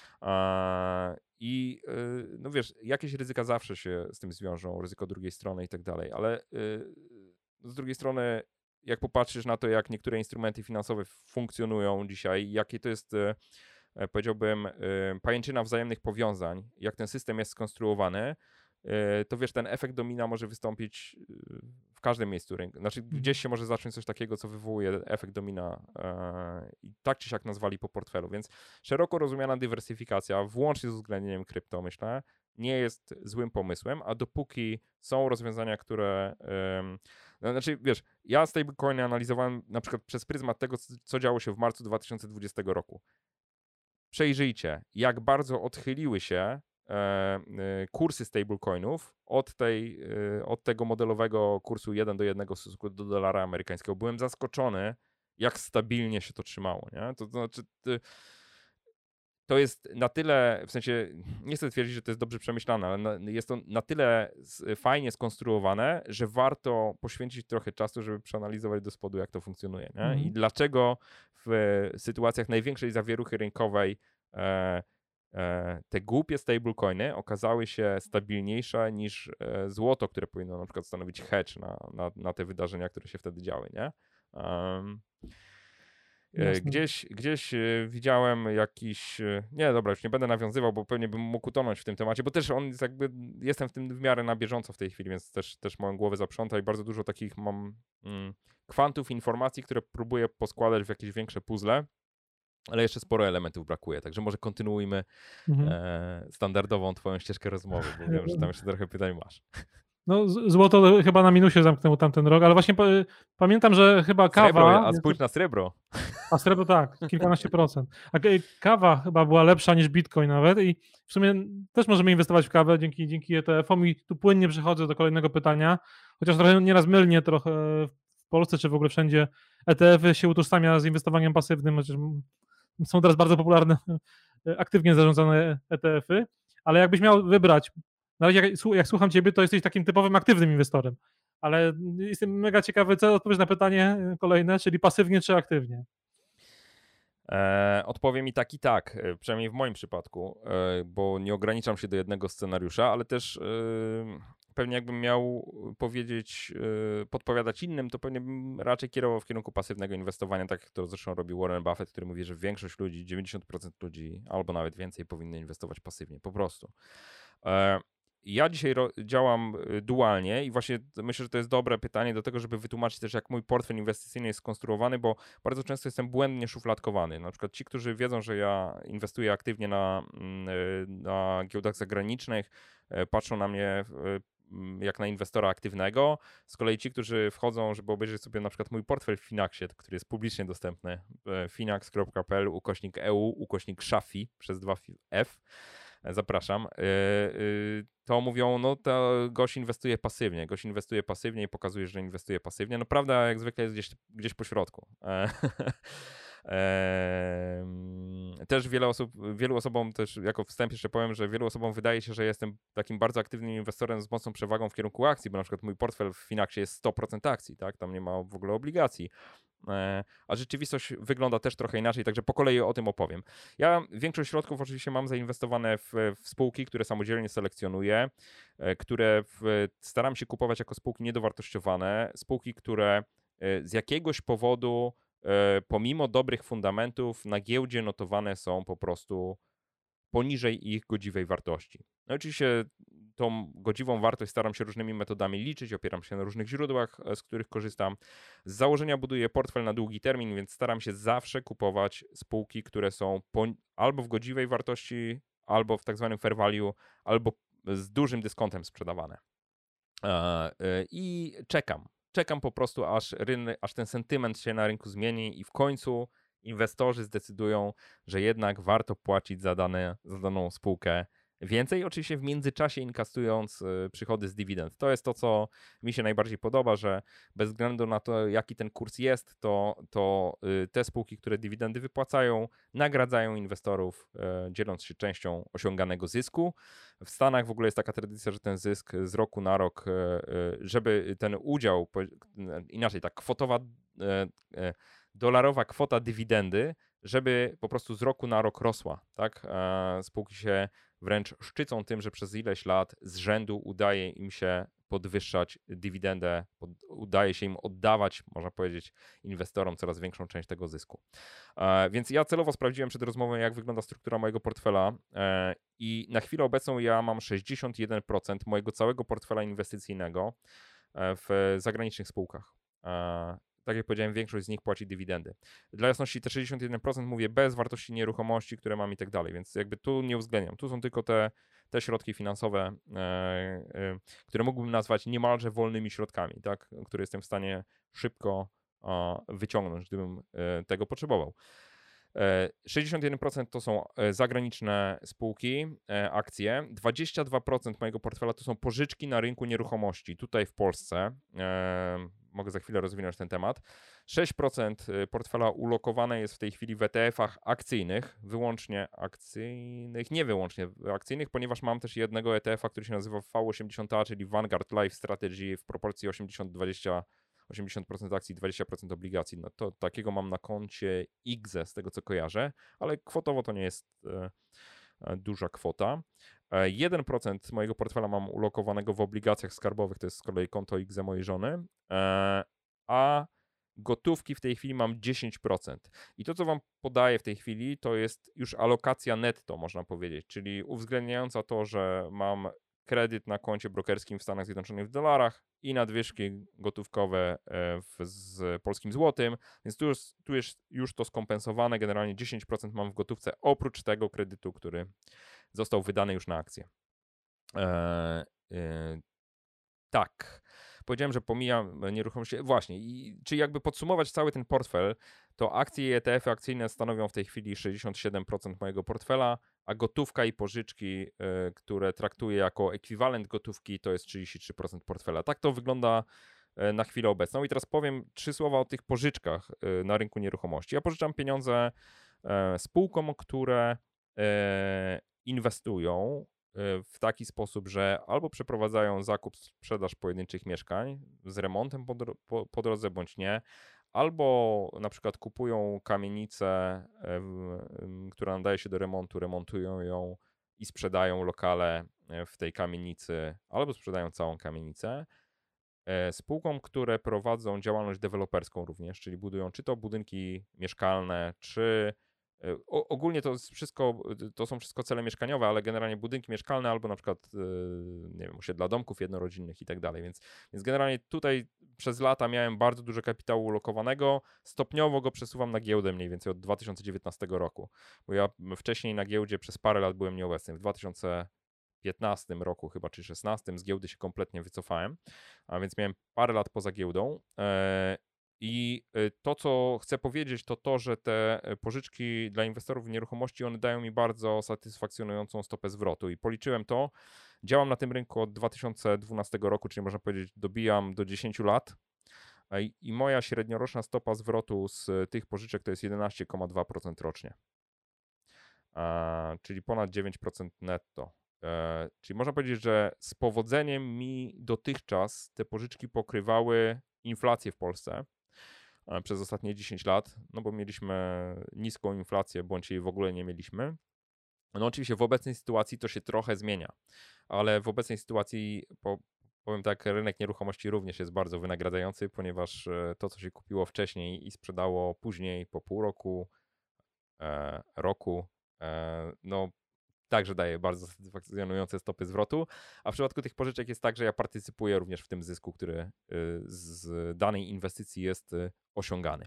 A, I y, no wiesz, jakieś ryzyka zawsze się z tym zwiążą, ryzyko drugiej strony i tak dalej, ale y, z drugiej strony jak popatrzysz na to, jak niektóre instrumenty finansowe funkcjonują dzisiaj, jakie to jest, e, powiedziałbym, e, pajęczyna wzajemnych powiązań, jak ten system jest skonstruowany, e, to wiesz, ten efekt domina może wystąpić e, w każdym miejscu rynku. Znaczy, Mhm. gdzieś się może zacząć coś takiego, co wywołuje efekt domina e, i tak czy siak nazwali po portfelu. Więc szeroko rozumiana dywersyfikacja, włącznie z uwzględnieniem krypto, myślę, nie jest złym pomysłem, a dopóki są rozwiązania, które... em, no, Znaczy, wiesz, ja stablecoiny analizowałem na przykład przez pryzmat tego, c- co działo się w marcu dwa tysiące dwudziestego roku. Przejrzyjcie, jak bardzo odchyliły się e, e, kursy stablecoinów od, tej, e, od tego modelowego kursu jeden do jednego w stosunku do dolara amerykańskiego. Byłem zaskoczony, jak stabilnie się to trzymało. Nie? To, to znaczy, ty, to jest na tyle, w sensie, nie chcę twierdzić, że to jest dobrze przemyślane, ale na, jest to na tyle s- fajnie skonstruowane, że warto poświęcić trochę czasu, żeby przeanalizować do spodu, jak to funkcjonuje. Nie? Mhm. I dlaczego w sytuacjach największej zawieruchy rynkowej e, e, te głupie stablecoiny okazały się stabilniejsze niż e, złoto, które powinno na przykład stanowić hedge na, na, na te wydarzenia, które się wtedy działy. Nie? Um, E, Jasne. Gdzieś, gdzieś e, widziałem jakiś. e, Nie, dobra, już nie będę nawiązywał, bo pewnie bym mógł utonąć w tym temacie, bo też on jest jakby. Jestem w tym w miarę na bieżąco w tej chwili, więc też, też moją głowę zaprząta i bardzo dużo takich mam mm, kwantów informacji, które próbuję poskładać w jakieś większe puzzle, ale jeszcze sporo elementów brakuje, także może kontynuujmy Mhm. e, standardową twoją ścieżkę rozmowy, bo wiem, że tam jeszcze trochę pytań masz. No, z- złoto chyba na minusie zamknęło tamten rok, ale właśnie pa- pamiętam, że chyba kawa... Srebro, a spójrz na srebro. A srebro tak, kilkanaście procent. A k- kawa chyba była lepsza niż Bitcoin nawet i w sumie też możemy inwestować w kawę dzięki, dzięki E T F-om i tu płynnie przechodzę do kolejnego pytania, chociaż trochę nieraz mylnie trochę w Polsce czy w ogóle wszędzie E T F-y się utożsamia z inwestowaniem pasywnym, chociaż są teraz bardzo popularne, aktywnie zarządzane E T F-y, ale jakbyś miał wybrać, na razie jak, jak słucham ciebie, to jesteś takim typowym aktywnym inwestorem, ale jestem mega ciekawy, co odpowiesz na pytanie kolejne, czyli pasywnie czy aktywnie? E, odpowiem i tak, i tak, e, przynajmniej w moim przypadku, e, bo nie ograniczam się do jednego scenariusza, ale też e, pewnie jakbym miał powiedzieć, e, podpowiadać innym, to pewnie bym raczej kierował w kierunku pasywnego inwestowania, tak jak to zresztą robi Warren Buffett, który mówi, że większość ludzi, dziewięćdziesiąt procent ludzi, albo nawet więcej, powinny inwestować pasywnie, po prostu. E, Ja dzisiaj ro- działam y, dualnie i właśnie t- myślę, że to jest dobre pytanie do tego, żeby wytłumaczyć też, jak mój portfel inwestycyjny jest skonstruowany, bo bardzo często jestem błędnie szufladkowany. Na przykład ci, którzy wiedzą, że ja inwestuję aktywnie na, mm, y, na giełdach zagranicznych, y, patrzą na mnie y, mm, jak na inwestora aktywnego. Z kolei ci, którzy wchodzą, żeby obejrzeć sobie na przykład mój portfel w Finaxie, który jest publicznie dostępny, y, finax kropka p l ukośnik e u ukośnik szafi przez dwa F, zapraszam, yy, yy, to mówią, no to gość inwestuje pasywnie, gość inwestuje pasywnie i pokazuje, że inwestuje pasywnie. No prawda jak zwykle jest gdzieś, gdzieś po środku. E, em, Też wiele osób, wielu osobom też jako wstęp jeszcze powiem, że wielu osobom wydaje się, że jestem takim bardzo aktywnym inwestorem z mocną przewagą w kierunku akcji, bo na przykład mój portfel w Finaxie jest sto procent akcji, tak? Tam nie ma w ogóle obligacji. E, A rzeczywistość wygląda też trochę inaczej, także po kolei o tym opowiem. Ja większość środków oczywiście mam zainwestowane w, w spółki, które samodzielnie selekcjonuję, e, które w, staram się kupować jako spółki niedowartościowane, spółki, które e, z jakiegoś powodu, e, pomimo dobrych fundamentów, na giełdzie notowane są po prostu poniżej ich godziwej wartości. No oczywiście tą godziwą wartość staram się różnymi metodami liczyć, opieram się na różnych źródłach, e, z których korzystam. Z założenia buduję portfel na długi termin, więc staram się zawsze kupować spółki, które są po, albo w godziwej wartości, albo w tak zwanym fair value, albo z dużym dyskontem sprzedawane. E, e, I czekam. Czekam po prostu, aż, rynek, aż ten sentyment się na rynku zmieni i w końcu inwestorzy zdecydują, że jednak warto płacić za, dane, za daną spółkę więcej, oczywiście w międzyczasie inkastując y, przychody z dywidend. To jest to, co mi się najbardziej podoba, że bez względu na to, jaki ten kurs jest, to, to y, te spółki, które dywidendy wypłacają, nagradzają inwestorów, y, dzieląc się częścią osiąganego zysku. W Stanach w ogóle jest taka tradycja, że ten zysk z roku na rok, y, y, żeby ten udział, po- inaczej tak, kwotowa, y, y, dolarowa kwota dywidendy, żeby po prostu z roku na rok rosła, tak? E, Spółki się wręcz szczycą tym, że przez ileś lat z rzędu udaje im się podwyższać dywidendę, pod, udaje się im oddawać, można powiedzieć, inwestorom coraz większą część tego zysku. E, więc ja celowo sprawdziłem przed rozmową, jak wygląda struktura mojego portfela e, i na chwilę obecną ja mam sześćdziesiąt jeden procent mojego całego portfela inwestycyjnego e, w zagranicznych spółkach. E, tak jak powiedziałem, większość z nich płaci dywidendy. Dla jasności te sześćdziesiąt jeden procent mówię bez wartości nieruchomości, które mam i tak dalej, więc jakby tu nie uwzględniam. Tu są tylko te, te środki finansowe, e, e, które mógłbym nazwać niemalże wolnymi środkami, tak? Które jestem w stanie szybko e, wyciągnąć, gdybym e, tego potrzebował. E, sześćdziesiąt jeden procent to są e, zagraniczne spółki, e, akcje. dwadzieścia dwa procent mojego portfela to są pożyczki na rynku nieruchomości tutaj w Polsce. E, Mogę za chwilę rozwinąć ten temat. sześć procent portfela ulokowane jest w tej chwili w E T F-ach akcyjnych, wyłącznie akcyjnych, nie wyłącznie akcyjnych, ponieważ mam też jednego E T F-a, który się nazywa V osiemdziesiąt A, czyli Vanguard Life Strategy w proporcji osiemdziesiąt dwadzieścia, osiemdziesiąt procent akcji, dwadzieścia procent obligacji. No to takiego mam na koncie I G Z E z tego co kojarzę, ale kwotowo to nie jest e, e, duża kwota. E, jeden procent mojego portfela mam ulokowanego w obligacjach skarbowych, to jest z kolei konto I G Z E mojej żony, e, a gotówki w tej chwili mam dziesięć procent. I to, co wam podaję w tej chwili, to jest już alokacja netto, można powiedzieć, czyli uwzględniająca to, że mam kredyt na koncie brokerskim w Stanach Zjednoczonych w dolarach i nadwyżki gotówkowe e, w, z polskim złotym, więc tu, już, tu jest już to skompensowane, generalnie dziesięć procent mam w gotówce, oprócz tego kredytu, który został wydany już na akcję. E, e, tak. Powiedziałem, że pomijam nieruchomości. Właśnie, i, czyli jakby podsumować cały ten portfel, to akcje i E T F-y akcyjne stanowią w tej chwili sześćdziesiąt siedem procent mojego portfela, a gotówka i pożyczki, y, które traktuję jako ekwiwalent gotówki, to jest trzydzieści trzy procent portfela. Tak to wygląda y, na chwilę obecną. I teraz powiem trzy słowa o tych pożyczkach y, na rynku nieruchomości. Ja pożyczam pieniądze y, spółkom, które y, inwestują w taki sposób, że albo przeprowadzają zakup, sprzedaż pojedynczych mieszkań z remontem po, dro- po, po drodze, bądź nie, albo na przykład kupują kamienicę, e, w- em, która nadaje się do remontu, remontują ją i sprzedają lokale e, w tej kamienicy, albo sprzedają całą kamienicę. E, Spółkom, które prowadzą działalność deweloperską również, czyli budują czy to budynki mieszkalne, czy e, o, ogólnie to jest wszystko, to są wszystko cele mieszkaniowe, ale generalnie budynki mieszkalne albo na przykład e, nie wiem, osiedla domków jednorodzinnych i tak dalej, więc, więc generalnie tutaj przez lata miałem bardzo dużo kapitału ulokowanego, stopniowo go przesuwam na giełdę mniej więcej od dwa tysiące dziewiętnastego roku, bo ja wcześniej na giełdzie przez parę lat byłem nieobecny. W dwa tysiące piętnastym roku chyba, czy szesnastym z giełdy się kompletnie wycofałem, a więc miałem parę lat poza giełdą. E, I e, to, co chcę powiedzieć, to to, że te e, pożyczki dla inwestorów w nieruchomości, one dają mi bardzo satysfakcjonującą stopę zwrotu i policzyłem to. Działam na tym rynku od dwa tysiące dwunastego roku, czyli można powiedzieć, dobijam do dziesięciu lat. E, I moja średnioroczna stopa zwrotu z tych pożyczek to jest jedenaście przecinek dwa procent rocznie, a, czyli ponad dziewięć procent netto. E, czyli można powiedzieć, że z powodzeniem mi dotychczas te pożyczki pokrywały inflację w Polsce e, przez ostatnie dziesięć lat, no bo mieliśmy niską inflację, bądź jej w ogóle nie mieliśmy. No oczywiście w obecnej sytuacji to się trochę zmienia, ale w obecnej sytuacji po, powiem tak, rynek nieruchomości również jest bardzo wynagradzający, ponieważ e, to, co się kupiło wcześniej i sprzedało później po pół roku, e, roku, e, no także daje bardzo satysfakcjonujące stopy zwrotu, a w przypadku tych pożyczek jest tak, że ja partycypuję również w tym zysku, który y, z danej inwestycji jest y, osiągany.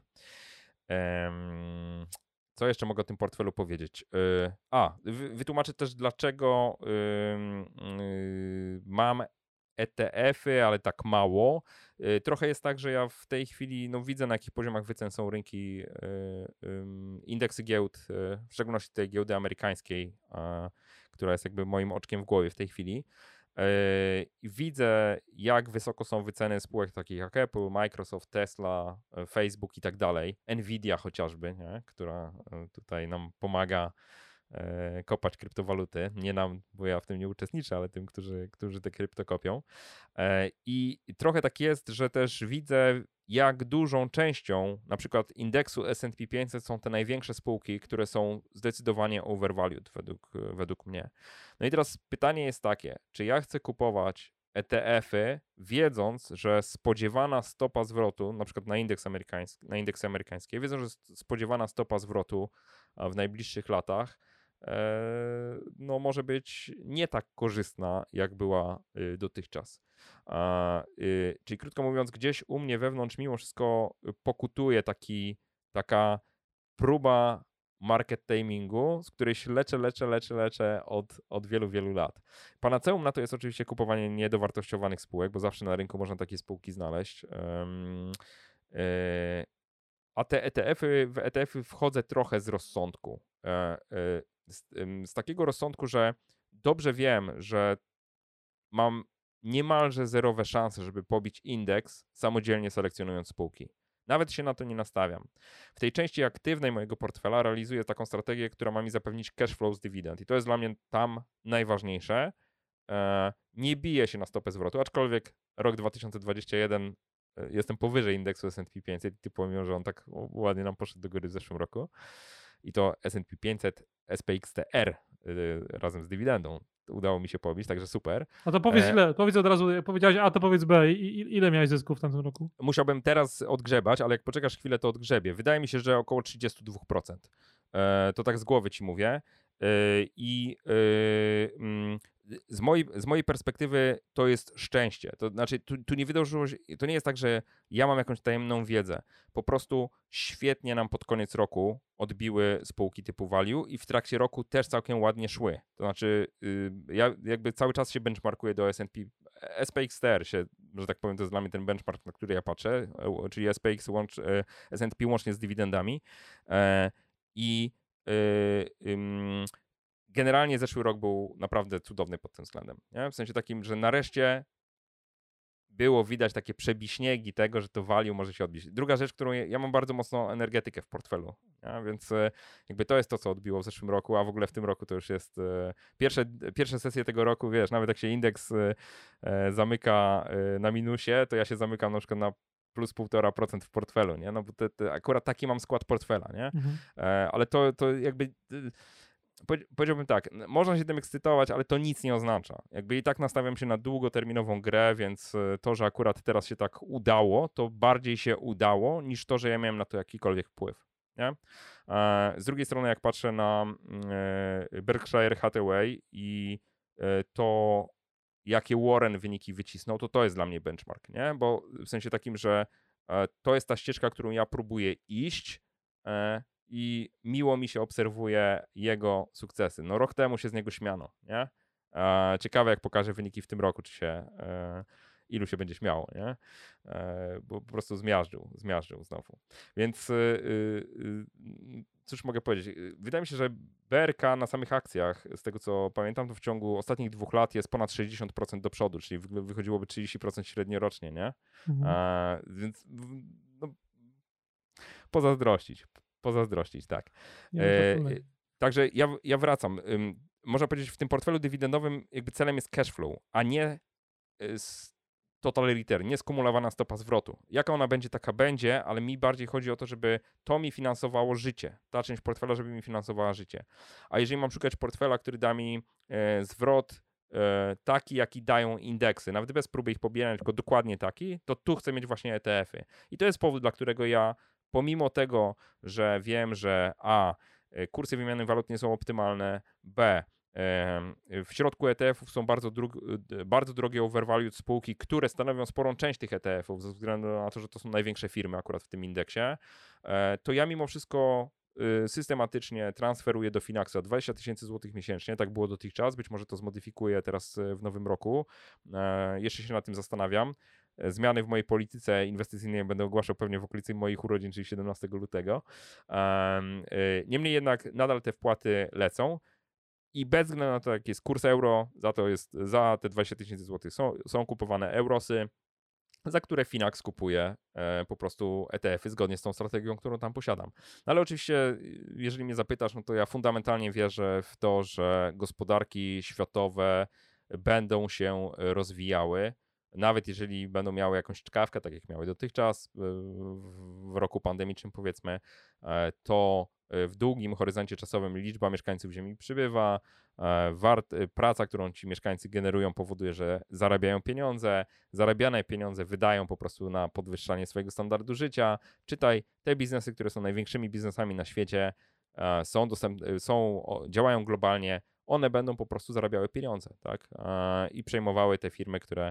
Em, Co jeszcze mogę o tym portfelu powiedzieć? Y, A, wy- wytłumaczę też, dlaczego ym, y, mam E T F-y, ale tak mało. Y, Trochę jest tak, że ja w tej chwili no, widzę, na jakich poziomach wycen są rynki, y, ym, indeksy giełd, y, w szczególności tej giełdy amerykańskiej, a, która jest jakby moim oczkiem w głowie w tej chwili. Y, i Widzę, jak wysoko są wyceny spółek takich jak Apple, Microsoft, Tesla, y, Facebook i tak dalej. Nvidia chociażby, nie? Która y, tutaj nam pomaga e, kopać kryptowaluty. Nie nam, bo ja w tym nie uczestniczę, ale tym, którzy, którzy te krypto kopią. E, I trochę tak jest, że też widzę, jak dużą częścią na przykład indeksu S and P pięćset są te największe spółki, które są zdecydowanie overvalued według, według mnie. No i teraz pytanie jest takie, czy ja chcę kupować E T F-y, wiedząc, że spodziewana stopa zwrotu, na przykład na indeks amerykański, na indeksy amerykańskie, wiedząc, że spodziewana stopa zwrotu a, w najbliższych latach e, no może być nie tak korzystna, jak była y, dotychczas. A, y, czyli krótko mówiąc, gdzieś u mnie wewnątrz mimo wszystko pokutuje taki, taka próba market timingu, z której się leczę, leczę, leczę, leczę od, od wielu, wielu lat. Panaceum na to jest oczywiście kupowanie niedowartościowanych spółek, bo zawsze na rynku można takie spółki znaleźć. Um, e, a te E T F-y, w E T F-y wchodzę trochę z rozsądku. E, e, z, ym, z takiego rozsądku, że dobrze wiem, że mam niemalże zerowe szanse, żeby pobić indeks, samodzielnie selekcjonując spółki. Nawet się na to nie nastawiam. W tej części aktywnej mojego portfela realizuję taką strategię, która ma mi zapewnić cash flow z dywidend. I to jest dla mnie tam najważniejsze. E, nie biję się na stopę zwrotu, aczkolwiek rok dwa tysiące dwudziesty pierwszy e, jestem powyżej indeksu S and P pięćset, ty pomimo, że on tak ładnie nam poszedł do góry w zeszłym roku. I to S and P pięćset, S P X T R y, razem z dywidendą udało mi się pobić, także super. A to powiedz E, ile, powiedz od razu, jak powiedziałeś A, to powiedz B. I, i, ile miałeś zysków w tamtym roku? Musiałbym teraz odgrzebać, ale jak poczekasz chwilę, to odgrzebie. Wydaje mi się, że około trzydzieści dwa procent. E, to tak z głowy ci mówię. E, I e, mm, z, mojej, z mojej perspektywy to jest szczęście. To znaczy, tu, tu nie wydarzyło się, to nie jest tak, że ja mam jakąś tajemną wiedzę. Po prostu świetnie nam pod koniec roku odbiły spółki typu value i w trakcie roku też całkiem ładnie szły. To znaczy, y, ja jakby cały czas się benchmarkuję do S and P. S P X T R się, że tak powiem, to jest dla mnie ten benchmark, na który ja patrzę, e, czyli S P X łącz, e, S and P łącznie z dywidendami. E, I e, ym, generalnie zeszły rok był naprawdę cudowny pod tym względem. Nie? W sensie takim, że nareszcie było widać takie przebiśniegi tego, że to value może się odbić. Druga rzecz, którą ja, ja mam bardzo mocno energetykę w portfelu, ja? Więc e, jakby to jest to, co odbiło w zeszłym roku, a w ogóle w tym roku to już jest e, pierwsze, pierwsze sesje tego roku, wiesz, nawet jak się indeks e, e, zamyka e, na minusie, to ja się zamykam na przykład na plus półtora procent w portfelu, nie? No bo te, te, akurat taki mam skład portfela, nie? Mhm. E, ale to, to jakby... E, powiedziałbym tak, można się tym ekscytować, ale to nic nie oznacza. Jakby i tak nastawiam się na długoterminową grę, więc to, że akurat teraz się tak udało, to bardziej się udało niż to, że ja miałem na to jakikolwiek wpływ. Nie? Z drugiej strony, jak patrzę na Berkshire Hathaway i to, jakie Warren wyniki wycisnął, to to jest dla mnie benchmark, nie? Bo w sensie takim, że to jest ta ścieżka, którą ja próbuję iść, i miło mi się obserwuje jego sukcesy. No rok temu się z niego śmiano, nie? E, ciekawe, jak pokaże wyniki w tym roku, czy się, e, ilu się będzie śmiało, nie? E, bo po prostu zmiażdżył, zmiażdżył znowu. Więc y, y, cóż mogę powiedzieć? Wydaje mi się, że B R K na samych akcjach, z tego co pamiętam, to w ciągu ostatnich dwóch lat jest ponad sześćdziesiąt procent do przodu, czyli wychodziłoby trzydzieści procent średnio rocznie, nie? Mhm. E, więc no, pozazdrościć. Pozazdrościć, tak. E, także ja, ja wracam. Ym, można powiedzieć, w tym portfelu dywidendowym jakby celem jest cash flow, a nie y, total return, nie skumulowana stopa zwrotu. Jaka ona będzie, taka będzie, ale mi bardziej chodzi o to, żeby to mi finansowało życie. Ta część portfela, żeby mi finansowała życie. A jeżeli mam szukać portfela, który da mi e, zwrot e, taki, jaki dają indeksy, nawet bez próby ich pobierania, tylko dokładnie taki, to tu chcę mieć właśnie E T F-y. I to jest powód, dla którego ja pomimo tego, że wiem, że a, kursy wymiany walut nie są optymalne, b, w środku E T F-ów są bardzo, drog bardzo drogie overvalued spółki, które stanowią sporą część tych E T F-ów ze względu na to, że to są największe firmy akurat w tym indeksie, to ja mimo wszystko systematycznie transferuję do Finaxa dwadzieścia tysięcy złotych miesięcznie, tak było dotychczas, być może to zmodyfikuję teraz w nowym roku, jeszcze się nad tym zastanawiam. Zmiany w mojej polityce inwestycyjnej będę ogłaszał pewnie w okolicy moich urodzin, czyli siedemnastego lutego. Niemniej jednak nadal te wpłaty lecą i bez względu na to, jaki jest kurs euro, za to jest, za te dwadzieścia tysięcy złotych są, są kupowane eurosy, za które Finax kupuje e, po prostu E T F-y zgodnie z tą strategią, którą tam posiadam. No ale oczywiście, jeżeli mnie zapytasz, no to ja fundamentalnie wierzę w to, że gospodarki światowe będą się rozwijały. Nawet jeżeli będą miały jakąś czkawkę, tak jak miały dotychczas w roku pandemicznym powiedzmy, to w długim horyzoncie czasowym liczba mieszkańców Ziemi przybywa, wart, praca, którą ci mieszkańcy generują powoduje, że zarabiają pieniądze, zarabiane pieniądze wydają po prostu na podwyższanie swojego standardu życia. Czytaj, te biznesy, które są największymi biznesami na świecie, są, dostępne, są działają globalnie, one będą po prostu zarabiały pieniądze, tak? I przejmowały te firmy, które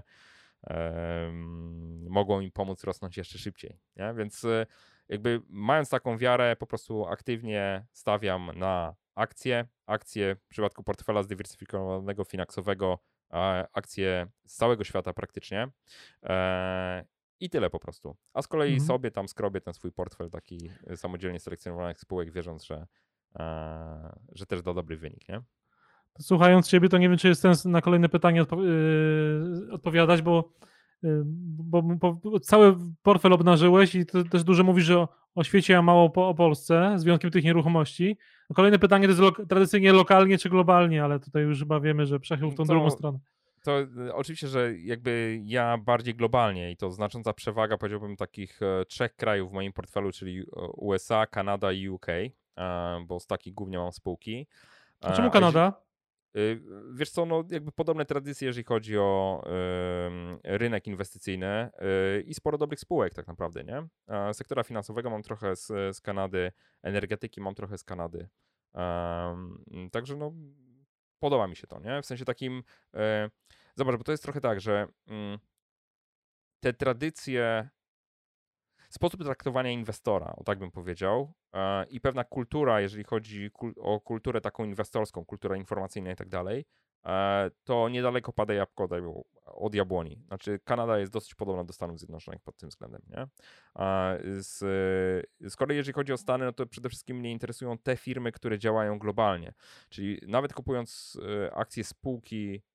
mogą im pomóc rosnąć jeszcze szybciej. Nie? Więc jakby mając taką wiarę, po prostu aktywnie stawiam na akcje. Akcje w przypadku portfela zdywersyfikowanego finansowego, akcje z całego świata praktycznie. I tyle po prostu. A z kolei mhm. sobie tam skrobię ten swój portfel taki samodzielnie selekcjonowanych spółek, wierząc, że, że też da dobry wynik, nie? Słuchając ciebie, to nie wiem, czy jest sens na kolejne pytanie odpo- yy, odpowiadać, bo, yy, bo, bo, bo cały portfel obnażyłeś i to też dużo mówisz o, o świecie, a mało po, o Polsce, z wyjątkiem tych nieruchomości. Kolejne pytanie to jest lo- tradycyjnie lokalnie czy globalnie, ale tutaj już chyba wiemy, że przechył w tą to, drugą stronę. To oczywiście, że jakby ja bardziej globalnie i to znacząca przewaga, powiedziałbym, takich e, trzech krajów w moim portfelu, czyli U S A, Kanada i U K, e, bo z takich głównie mam spółki. E, a czemu Kanada? Wiesz co, no jakby podobne tradycje, jeżeli chodzi o y, rynek inwestycyjny y, i sporo dobrych spółek tak naprawdę, nie? E, sektora finansowego mam trochę z, z Kanady, energetyki mam trochę z Kanady. E, także no podoba mi się to, nie? W sensie takim, y, zobacz, bo to jest trochę tak, że y, te tradycje, sposób traktowania inwestora, o tak bym powiedział, e, i pewna kultura, jeżeli chodzi kul- o kulturę taką inwestorską, kulturę informacyjną i tak dalej, e, to niedaleko pada jabłko od, jabł- od jabłoni. Znaczy Kanada jest dosyć podobna do Stanów Zjednoczonych pod tym względem, nie? E, z, z kolei jeżeli chodzi o Stany, no to przede wszystkim mnie interesują te firmy, które działają globalnie. Czyli nawet kupując e, akcje spółki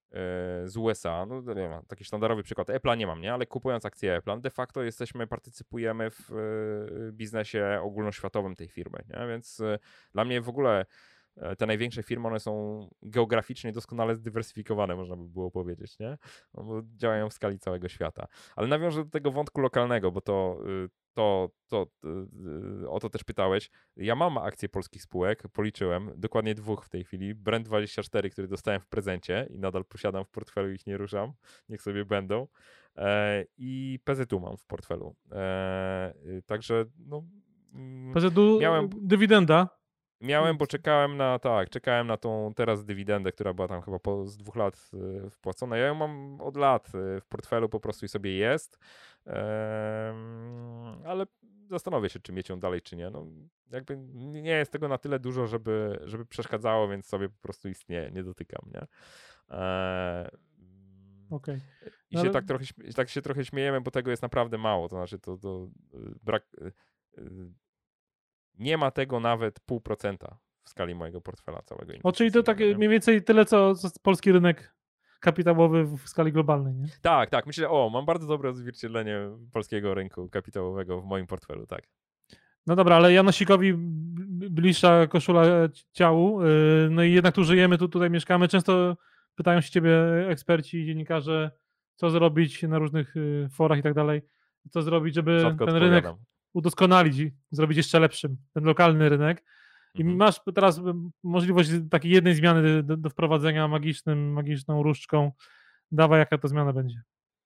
z U S A, no nie wiem, taki sztandarowy przykład, Apple'a nie mam, nie? Ale kupując akcje Apple'a, de facto jesteśmy, partycypujemy w biznesie ogólnoświatowym tej firmy, nie? Więc dla mnie w ogóle te największe firmy, one są geograficznie doskonale zdywersyfikowane, można by było powiedzieć, nie? No, bo działają w skali całego świata. Ale nawiążę do tego wątku lokalnego, bo to, to, to, to o to też pytałeś. Ja mam akcje polskich spółek, policzyłem, dokładnie dwóch w tej chwili. Brand dwadzieścia cztery, który dostałem w prezencie i nadal posiadam w portfelu, ich nie ruszam, niech sobie będą. E, I P Z U mam w portfelu. E, także no... P Z U miałem... dywidenda. Miałem, bo czekałem na, tak, czekałem na tą teraz dywidendę, która była tam chyba po, z dwóch lat y, wpłacona. Ja ją mam od lat y, w portfelu po prostu i sobie jest, ehm, ale zastanowię się, czy mieć ją dalej, czy nie. No, jakby nie jest tego na tyle dużo, żeby, żeby przeszkadzało, więc sobie po prostu istnieje, nie dotykam, nie? Eee, Okej. I No się ale- tak trochę, śm- tak się trochę śmiejemy, bo tego jest naprawdę mało, to znaczy to, to y, brak... y, y, nie ma tego nawet pół procenta w skali mojego portfela całego O, czyli to tak inwestycyjnego, nie? mniej więcej tyle, co, co polski rynek kapitałowy w w skali globalnej, nie? Tak, tak. Myślę, o, mam bardzo dobre odzwierciedlenie polskiego rynku kapitałowego w moim portfelu, tak. No dobra, ale Janosikowi b- b- bliższa koszula ci- ciału, yy, no i jednak tu żyjemy, tu tutaj mieszkamy. Często pytają się ciebie eksperci, dziennikarze, co zrobić na różnych y, forach i tak dalej, co zrobić, żeby Rzadko ten rynek odpowiadam. udoskonalić i zrobić jeszcze lepszym, ten lokalny rynek. I Mhm. masz teraz y, możliwość takiej jednej zmiany do, do wprowadzenia magicznym, magiczną różdżką. Dawaj, jaka to zmiana będzie.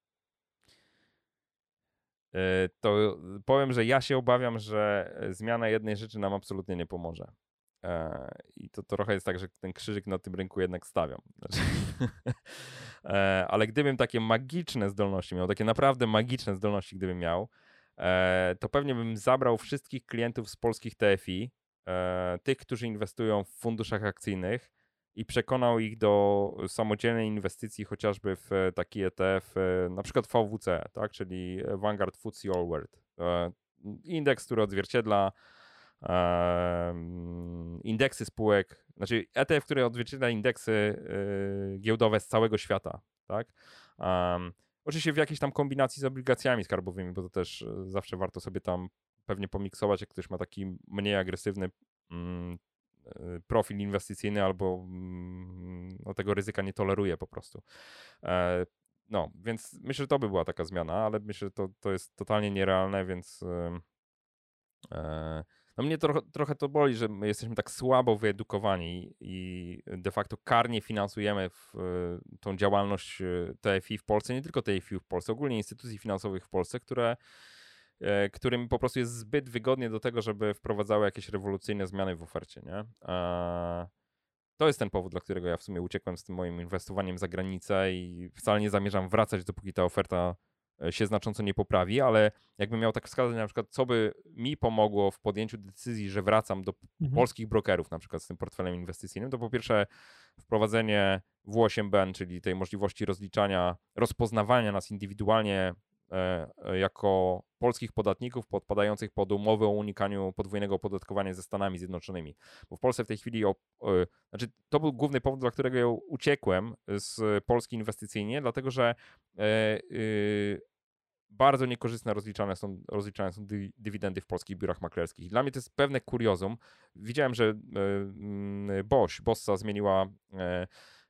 E, To powiem, że ja się obawiam, że zmiana jednej rzeczy nam absolutnie nie pomoże. E, I to trochę jest tak, że ten krzyżyk na tym rynku jednak stawiam. Znaczy, e, ale gdybym takie magiczne zdolności miał, takie naprawdę magiczne zdolności gdybym miał, e, to pewnie bym zabrał wszystkich klientów z polskich T F I, e, tych, którzy inwestują w funduszach akcyjnych i przekonał ich do samodzielnej inwestycji chociażby w taki E T F, e, na przykład V W C, tak, czyli Vanguard F T S E All World. E, Indeks, który odzwierciedla um, indeksy spółek, znaczy E T F, który odzwierciedla indeksy y, giełdowe z całego świata, tak? Um, oczywiście w jakiejś tam kombinacji z obligacjami skarbowymi, bo to też y, zawsze warto sobie tam pewnie pomiksować, jak ktoś ma taki mniej agresywny mm, y, profil inwestycyjny albo mm, no, tego ryzyka nie toleruje po prostu. E, no, więc myślę, że to by była taka zmiana, ale myślę, że to, to jest totalnie nierealne, więc e, no mnie trochę, trochę to boli, że my jesteśmy tak słabo wyedukowani i de facto karnie finansujemy w, e, tą działalność e, T F I w Polsce, nie tylko T F I w Polsce, ogólnie instytucji finansowych w Polsce, które, e, którym po prostu jest zbyt wygodnie do tego, żeby wprowadzały jakieś rewolucyjne zmiany w ofercie, nie? E, to jest ten powód, dla którego ja w sumie uciekłem z tym moim inwestowaniem za granicę i wcale nie zamierzam wracać, dopóki ta oferta e, się znacząco nie poprawi, ale jakbym miał tak wskazać na przykład, co by mi pomogło w podjęciu decyzji, że wracam do Mhm. polskich brokerów na przykład z tym portfelem inwestycyjnym, to po pierwsze wprowadzenie W osiem B N, czyli tej możliwości rozliczania, rozpoznawania nas indywidualnie e, e, jako polskich podatników podpadających pod umowę o unikaniu podwójnego opodatkowania ze Stanami Zjednoczonymi. Bo w Polsce w tej chwili, o, o, znaczy to był główny powód, dla którego ja uciekłem z Polski inwestycyjnie, dlatego że e, y, bardzo niekorzystne rozliczane są, rozliczane są dy, dywidendy w polskich biurach maklerskich. Dla mnie to jest pewne kuriozum. Widziałem, że e, Bosch, Bossa zmieniła e,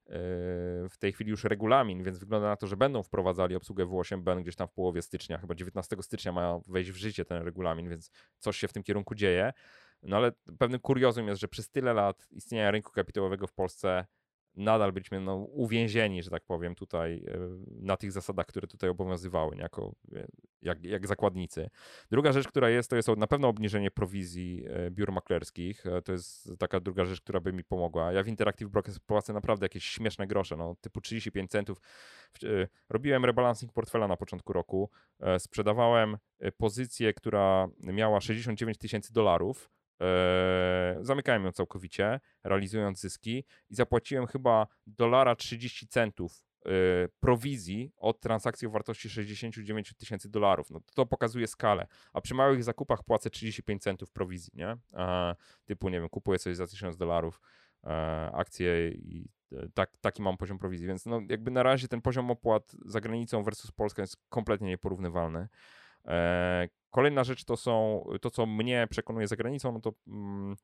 w tej chwili już regulamin, więc wygląda na to, że będą wprowadzali obsługę W osiem B N gdzieś tam w połowie stycznia, chyba dziewiętnastego stycznia ma wejść w życie ten regulamin, więc coś się w tym kierunku dzieje. No ale pewnym kuriozum jest, że przez tyle lat istnienia rynku kapitałowego w Polsce nadal byliśmy no, uwięzieni, że tak powiem, tutaj e, na tych zasadach, które tutaj obowiązywały, nie? Jako, e, jak, jak zakładnicy. Druga rzecz, która jest, to jest na pewno obniżenie prowizji e, biur maklerskich. E, To jest taka druga rzecz, która by mi pomogła. Ja w Interactive Brokers płacę naprawdę jakieś śmieszne grosze, no, typu trzydzieści pięć centów. W- e, Robiłem rebalancing portfela na początku roku. E, Sprzedawałem e, pozycję, która miała sześćdziesiąt dziewięć tysięcy dolarów. E, Zamykałem ją całkowicie, realizując zyski i zapłaciłem chyba dolara trzydzieści centów e, prowizji od transakcji o wartości sześćdziesiąt dziewięć tysięcy dolarów. No to pokazuje skalę. A przy małych zakupach płacę trzydzieści pięć centów prowizji, nie? E, typu, nie wiem, kupuję coś za tysiąc dolarów, e, akcje i tak, taki mam poziom prowizji, więc no jakby na razie ten poziom opłat za granicą versus Polska jest kompletnie nieporównywalny. E, kolejna rzecz to są, to co mnie przekonuje za granicą, no to mm,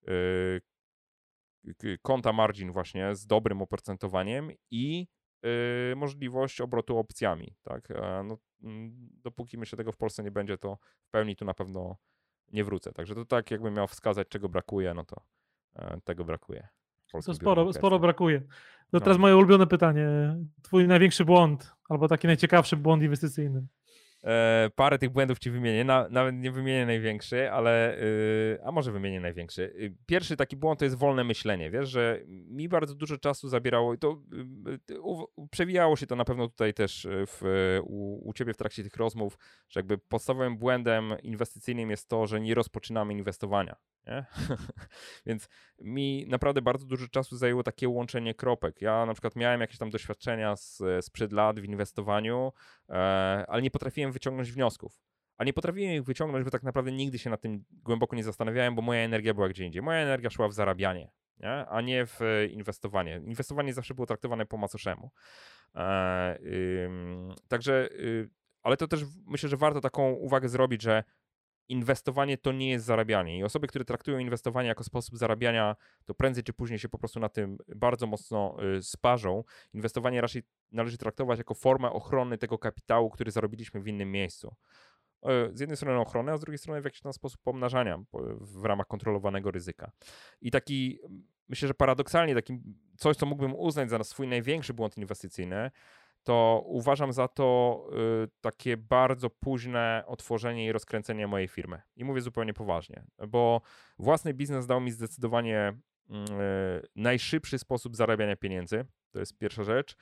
y, konta margin właśnie z dobrym oprocentowaniem i y, możliwość obrotu opcjami, tak? E, no, mm, dopóki myślę tego w Polsce nie będzie, to w pełni tu na pewno nie wrócę. Także to tak jakbym miał wskazać, czego brakuje, no to e, tego brakuje. w To polskim sporo, biurze sporo maklerskim. brakuje. To No. teraz moje ulubione pytanie. Twój największy błąd, albo taki najciekawszy błąd inwestycyjny. E, parę tych błędów ci wymienię, na, nawet nie wymienię największy, ale y, a może wymienię największy. Y, Pierwszy taki błąd to jest wolne myślenie, wiesz, że mi bardzo dużo czasu zabierało i to y, y, u, przewijało się to na pewno tutaj też w, u, u ciebie w trakcie tych rozmów, że jakby podstawowym błędem inwestycyjnym jest to, że nie rozpoczynamy inwestowania. Nie? Więc mi naprawdę bardzo dużo czasu zajęło takie łączenie kropek. Ja na przykład miałem jakieś tam doświadczenia z, sprzed lat w inwestowaniu, e, ale nie potrafiłem wyciągnąć wniosków. A nie potrafiłem ich wyciągnąć, bo tak naprawdę nigdy się nad tym głęboko nie zastanawiałem, bo moja energia była gdzie indziej. Moja energia szła w zarabianie, nie? A nie w inwestowanie. Inwestowanie zawsze było traktowane po macoszemu. E, ym, także, y, ale to też myślę, że warto taką uwagę zrobić, że inwestowanie to nie jest zarabianie i osoby, które traktują inwestowanie jako sposób zarabiania, to prędzej czy później się po prostu na tym bardzo mocno y, sparzą. Inwestowanie raczej należy traktować jako formę ochrony tego kapitału, który zarobiliśmy w innym miejscu. Y, Z jednej strony ochrony, a z drugiej strony w jakiś tam sposób pomnażania po- w ramach kontrolowanego ryzyka. I taki, myślę, że paradoksalnie takim coś, co mógłbym uznać za swój największy błąd inwestycyjny, to uważam za to y, takie bardzo późne otworzenie i rozkręcenie mojej firmy. I mówię zupełnie poważnie, bo własny biznes dał mi zdecydowanie y, najszybszy sposób zarabiania pieniędzy. To jest pierwsza rzecz.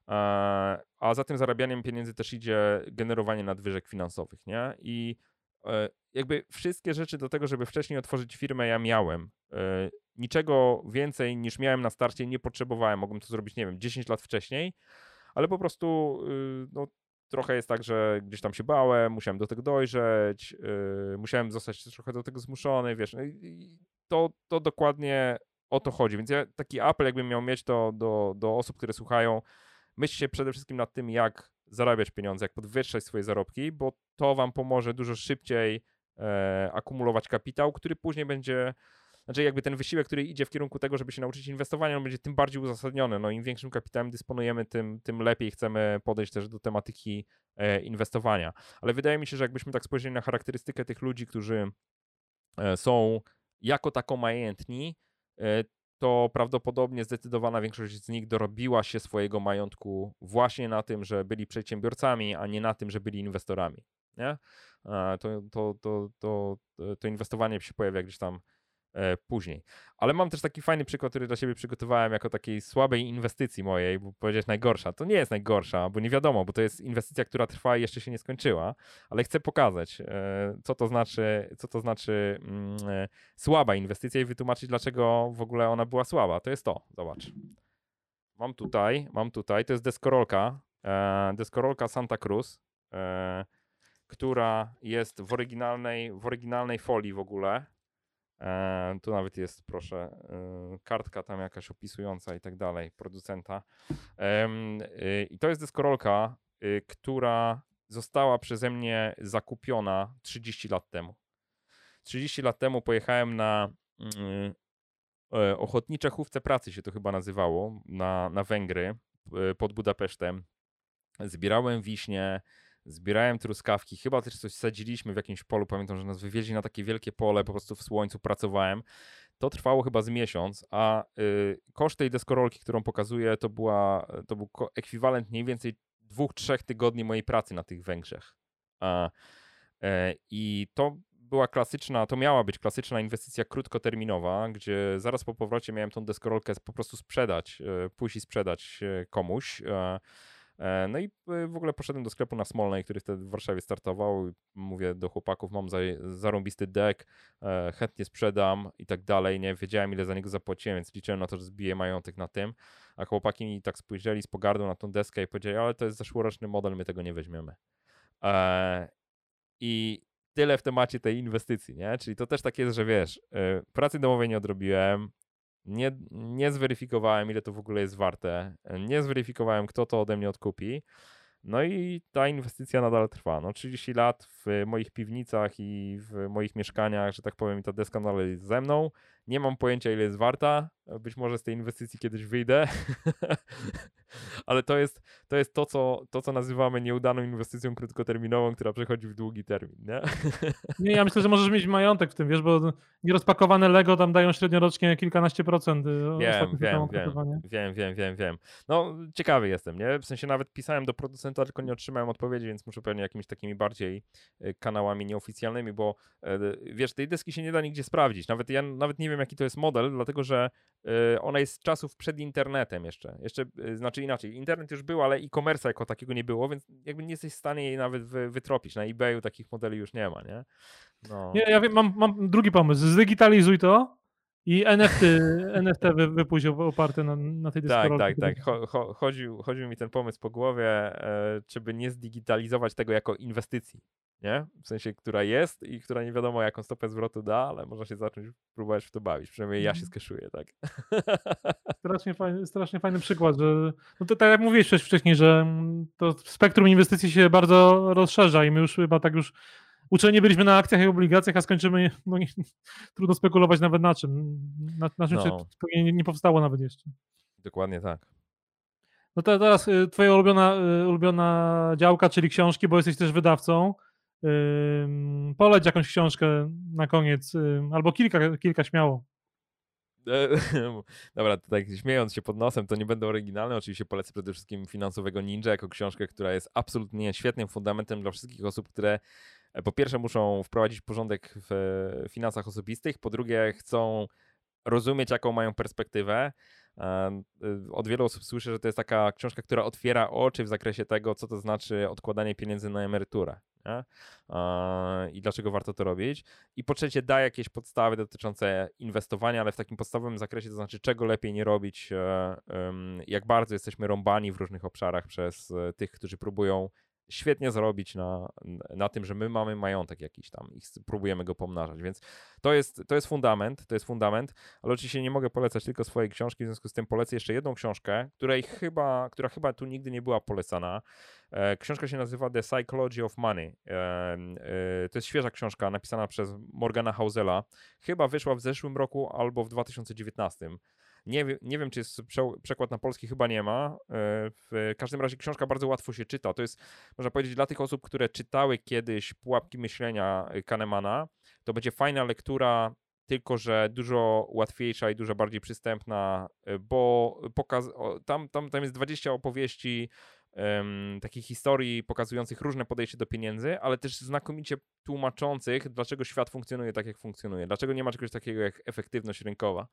A, a za tym zarabianiem pieniędzy też idzie generowanie nadwyżek finansowych, nie? I y, jakby wszystkie rzeczy do tego, żeby wcześniej otworzyć firmę, ja miałem. Y, niczego więcej niż miałem na starcie nie potrzebowałem. Mogłem to zrobić, nie wiem, dziesięć lat wcześniej, ale po prostu y, no, trochę jest tak, że gdzieś tam się bałem, musiałem do tego dojrzeć, yy, musiałem zostać trochę do tego zmuszony, wiesz, no i, i to, to dokładnie o to chodzi, więc ja taki apel jakbym miał mieć to do, do osób, które słuchają, myślcie przede wszystkim nad tym, jak zarabiać pieniądze, jak podwyższać swoje zarobki, bo to wam pomoże dużo szybciej e, akumulować kapitał, który później będzie, znaczy jakby ten wysiłek, który idzie w kierunku tego, żeby się nauczyć inwestowania, on będzie tym bardziej uzasadniony. No im większym kapitałem dysponujemy, tym, tym lepiej chcemy podejść też do tematyki e, inwestowania. Ale wydaje mi się, że jakbyśmy tak spojrzeli na charakterystykę tych ludzi, którzy e, są jako tako majętni, e, to prawdopodobnie zdecydowana większość z nich dorobiła się swojego majątku właśnie na tym, że byli przedsiębiorcami, a nie na tym, że byli inwestorami. Nie? E, To, to, to, to, to inwestowanie się pojawia gdzieś tam e, później. Ale mam też taki fajny przykład, który dla siebie przygotowałem jako takiej słabej inwestycji mojej, bo powiedziałeś najgorsza. To nie jest najgorsza, bo nie wiadomo, bo to jest inwestycja, która trwa i jeszcze się nie skończyła, ale chcę pokazać, e, co to znaczy, co to znaczy mm, e, słaba inwestycja i wytłumaczyć, dlaczego w ogóle ona była słaba. To jest to, zobacz. Mam tutaj, mam tutaj, to jest deskorolka, e, deskorolka Santa Cruz, e, która jest w oryginalnej, w oryginalnej folii w ogóle. E, tu nawet jest, proszę, e, kartka tam jakaś opisująca i tak dalej, producenta. Em, y, I to jest deskorolka, y, która została przeze mnie zakupiona trzydzieści lat temu. trzydzieści lat temu pojechałem na mm, e, Ochotnicze Chówce Pracy, się to chyba nazywało, na, na Węgry, e, pod Budapesztem. Zbierałem wiśnie, zbierałem truskawki, chyba też coś sadziliśmy w jakimś polu, pamiętam, że nas wywieźli na takie wielkie pole, po prostu w słońcu pracowałem. To trwało chyba z miesiąc, a y, koszt tej deskorolki, którą pokazuję, to, była, to był ko- ekwiwalent mniej więcej dwóch, trzech tygodni mojej pracy na tych Węgrzech. A, e, I to była klasyczna, to miała być klasyczna inwestycja krótkoterminowa, gdzie zaraz po powrocie miałem tą deskorolkę po prostu sprzedać, e, pójść i sprzedać e, komuś. E, E, No i e, w ogóle poszedłem do sklepu na Smolnej, który wtedy w Warszawie startował. I mówię do chłopaków, mam za, zarąbisty deck, e, chętnie sprzedam i tak dalej. Nie wiedziałem, ile za niego zapłaciłem, więc liczyłem na to, że zbiję majątek na tym. A chłopaki mi tak spojrzeli z pogardą na tą deskę i powiedzieli, ale to jest zeszłoroczny model, my tego nie weźmiemy. E, I tyle w temacie tej inwestycji, nie? Czyli to też tak jest, że wiesz, e, pracy domowej nie odrobiłem, Nie, nie zweryfikowałem, ile to w ogóle jest warte. Nie zweryfikowałem, kto to ode mnie odkupi. No i ta inwestycja nadal trwa. No trzydzieści lat w moich piwnicach i w moich mieszkaniach, że tak powiem, i ta deska nadal jest ze mną. Nie mam pojęcia, ile jest warta. Być może z tej inwestycji kiedyś wyjdę. Ale to jest to, jest to, co, to, co nazywamy nieudaną inwestycją krótkoterminową, która przechodzi w długi termin, nie? Nie, ja myślę, że możesz mieć majątek w tym, wiesz, bo nierozpakowane Lego tam dają średniorocznie kilkanaście procent. y, Wiem, Ostatnio wiem, słyszałem wiem, opracowanie. wiem, wiem, wiem, wiem. No, ciekawy jestem, nie? W sensie nawet pisałem do producenta, tylko nie otrzymałem odpowiedzi, więc muszę pewnie jakimiś takimi bardziej y, kanałami nieoficjalnymi, bo y, wiesz, tej deski się nie da nigdzie sprawdzić. Nawet ja nawet nie wiem, jaki to jest model, dlatego że y, ona jest z czasów przed internetem jeszcze. Jeszcze, y, znaczy inaczej, internet już był, ale e-commerce jako takiego nie było, więc jakby nie jesteś w stanie jej nawet wy, wytropić. Na eBayu takich modeli już nie ma, nie? No. Nie, ja wiem, mam, mam drugi pomysł. Zdigitalizuj to i N F T, N F T wy, wypuść op- oparte na, na tej Tak, deskorolce. tak, tak. Cho, cho, chodził, chodził mi ten pomysł po głowie, e, czy by nie zdigitalizować tego jako inwestycji, nie? W sensie, która jest i która nie wiadomo jaką stopę zwrotu da, ale można się zacząć próbować w to bawić. Przynajmniej ja się Mhm. skeszuję, tak? Strasznie fajny, strasznie fajny przykład, że no to tak jak mówiłeś wcześ- wcześniej, że mm, to spektrum inwestycji się bardzo rozszerza i my już chyba tak już uczeni byliśmy na akcjach i obligacjach, a skończymy, no nie, trudno spekulować nawet na czym, na, na czym No, pewnie nie, nie powstało nawet jeszcze. dokładnie tak. No to teraz y, twoja ulubiona, y, ulubiona działka, czyli książki, bo jesteś też wydawcą. Ym, Poleć jakąś książkę na koniec, ym, albo kilka, kilka śmiało. E, Dobra, to tak śmiejąc się pod nosem, to nie będę oryginalny. Oczywiście polecę przede wszystkim Finansowego Ninja jako książkę, która jest absolutnie świetnym fundamentem dla wszystkich osób, które e, po pierwsze muszą wprowadzić porządek w e, finansach osobistych, po drugie chcą rozumieć, jaką mają perspektywę. E, y, Od wielu osób słyszę, że to jest taka książka, która otwiera oczy w zakresie tego, co to znaczy odkładanie pieniędzy na emeryturę, nie? E, I dlaczego warto to robić. I po trzecie, daje jakieś podstawy dotyczące inwestowania, ale w takim podstawowym zakresie, to znaczy czego lepiej nie robić, e, em, jak bardzo jesteśmy rąbani w różnych obszarach przez e, tych, którzy próbują świetnie zarobić na, na tym, że my mamy majątek jakiś tam i chc- próbujemy go pomnażać, więc to jest, to jest fundament, to jest fundament, ale oczywiście nie mogę polecać tylko swojej książki, w związku z tym polecę jeszcze jedną książkę, której chyba, która chyba tu nigdy nie była polecana. E, książka się nazywa The Psychology of Money. E, e, to jest świeża książka napisana przez Morgana Housela. Chyba wyszła w zeszłym roku albo w dwa tysiące dziewiętnastym. Nie, wie- nie wiem, czy jest prze, przekład na polski, chyba nie ma. E, W każdym razie książka bardzo łatwo się czyta. To jest, można powiedzieć, dla tych osób, które czytały kiedyś Pułapki myślenia Kahnemana, to będzie fajna lektura, tylko że dużo łatwiejsza i dużo bardziej przystępna, e, bo pokaz, o, tam, tam, tam jest dwadzieścia opowieści, em, takich historii pokazujących różne podejście do pieniędzy, ale też znakomicie tłumaczących, dlaczego świat funkcjonuje tak, jak funkcjonuje. Dlaczego nie ma czegoś takiego jak efektywność rynkowa.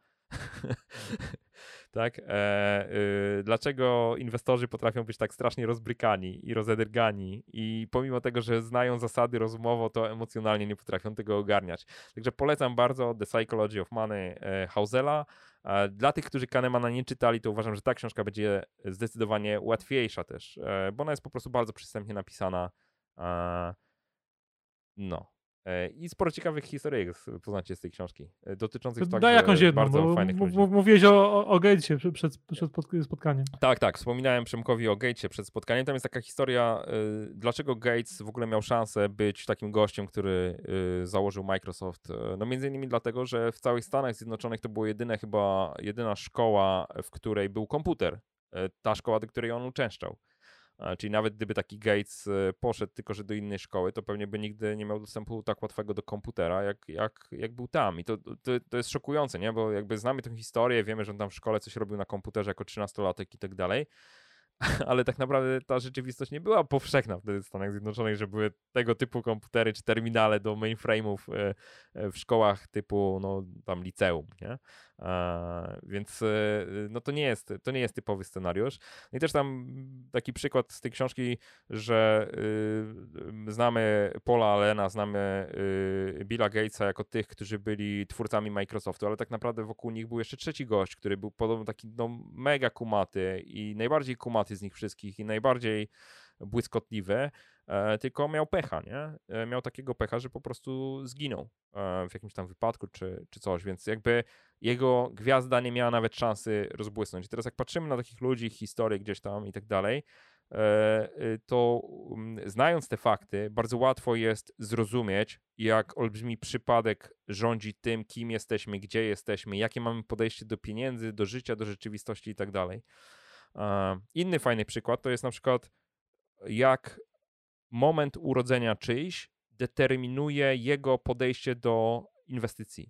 Tak? E, y, dlaczego inwestorzy potrafią być tak strasznie rozbrykani i rozedrgani i pomimo tego, że znają zasady rozumowo, to emocjonalnie nie potrafią tego ogarniać. Także polecam bardzo The Psychology of Money e, Housela. E, Dla tych, którzy Kahnemana nie czytali, to uważam, że ta książka będzie zdecydowanie łatwiejsza też, e, bo ona jest po prostu bardzo przystępnie napisana. E, No. E, I sporo ciekawych historyjek z- poznacie z tej książki, e, dotyczących Daj także jakąś jedną, bardzo bo fajnych m- ludzi. m- mówiłeś o, o, o Gatesie przed, przed, przed spotk- spotkaniem. Tak, tak. Wspominałem Przemkowi o Gatesie przed spotkaniem. Tam jest taka historia, y, dlaczego Gates w ogóle miał szansę być takim gościem, który y, założył Microsoft. Y, No między innymi dlatego, że w całych Stanach Zjednoczonych to była jedyne chyba, jedyna szkoła, w której był komputer. Y, Ta szkoła, do której on uczęszczał. E, Czyli nawet gdyby taki Gates e, poszedł tylko, że do innej szkoły, to pewnie by nigdy nie miał dostępu tak łatwego do komputera, jak, jak, jak był tam. I to, to, to jest szokujące, nie? Bo jakby znamy tę historię, wiemy, że on tam w szkole coś robił na komputerze jako trzynastolatek i tak dalej, ale tak naprawdę ta rzeczywistość nie była powszechna wtedy w Stanach Zjednoczonych, że były tego typu komputery czy terminale do mainframe'ów e, e, w szkołach typu no, tam liceum, nie? E, Więc e, no to nie jest, to nie jest typowy scenariusz. No i też tam taki przykład z tej książki, że y, znamy Paula Allena, znamy y, Billa Gatesa jako tych, którzy byli twórcami Microsoftu, ale tak naprawdę wokół nich był jeszcze trzeci gość, który był podobno taki no, mega kumaty i najbardziej kumaty z nich wszystkich i najbardziej błyskotliwy, e, tylko miał pecha, nie? E, miał takiego pecha, że po prostu zginął e, w jakimś tam wypadku czy, czy coś, więc jakby jego gwiazda nie miała nawet szansy rozbłysnąć. I teraz jak patrzymy na takich ludzi, historię gdzieś tam i tak dalej, e, y, to um, znając te fakty, bardzo łatwo jest zrozumieć, jak olbrzymi przypadek rządzi tym, kim jesteśmy, gdzie jesteśmy, jakie mamy podejście do pieniędzy, do życia, do rzeczywistości i tak dalej. E, Inny fajny przykład to jest na przykład jak moment urodzenia czyjś determinuje jego podejście do inwestycji.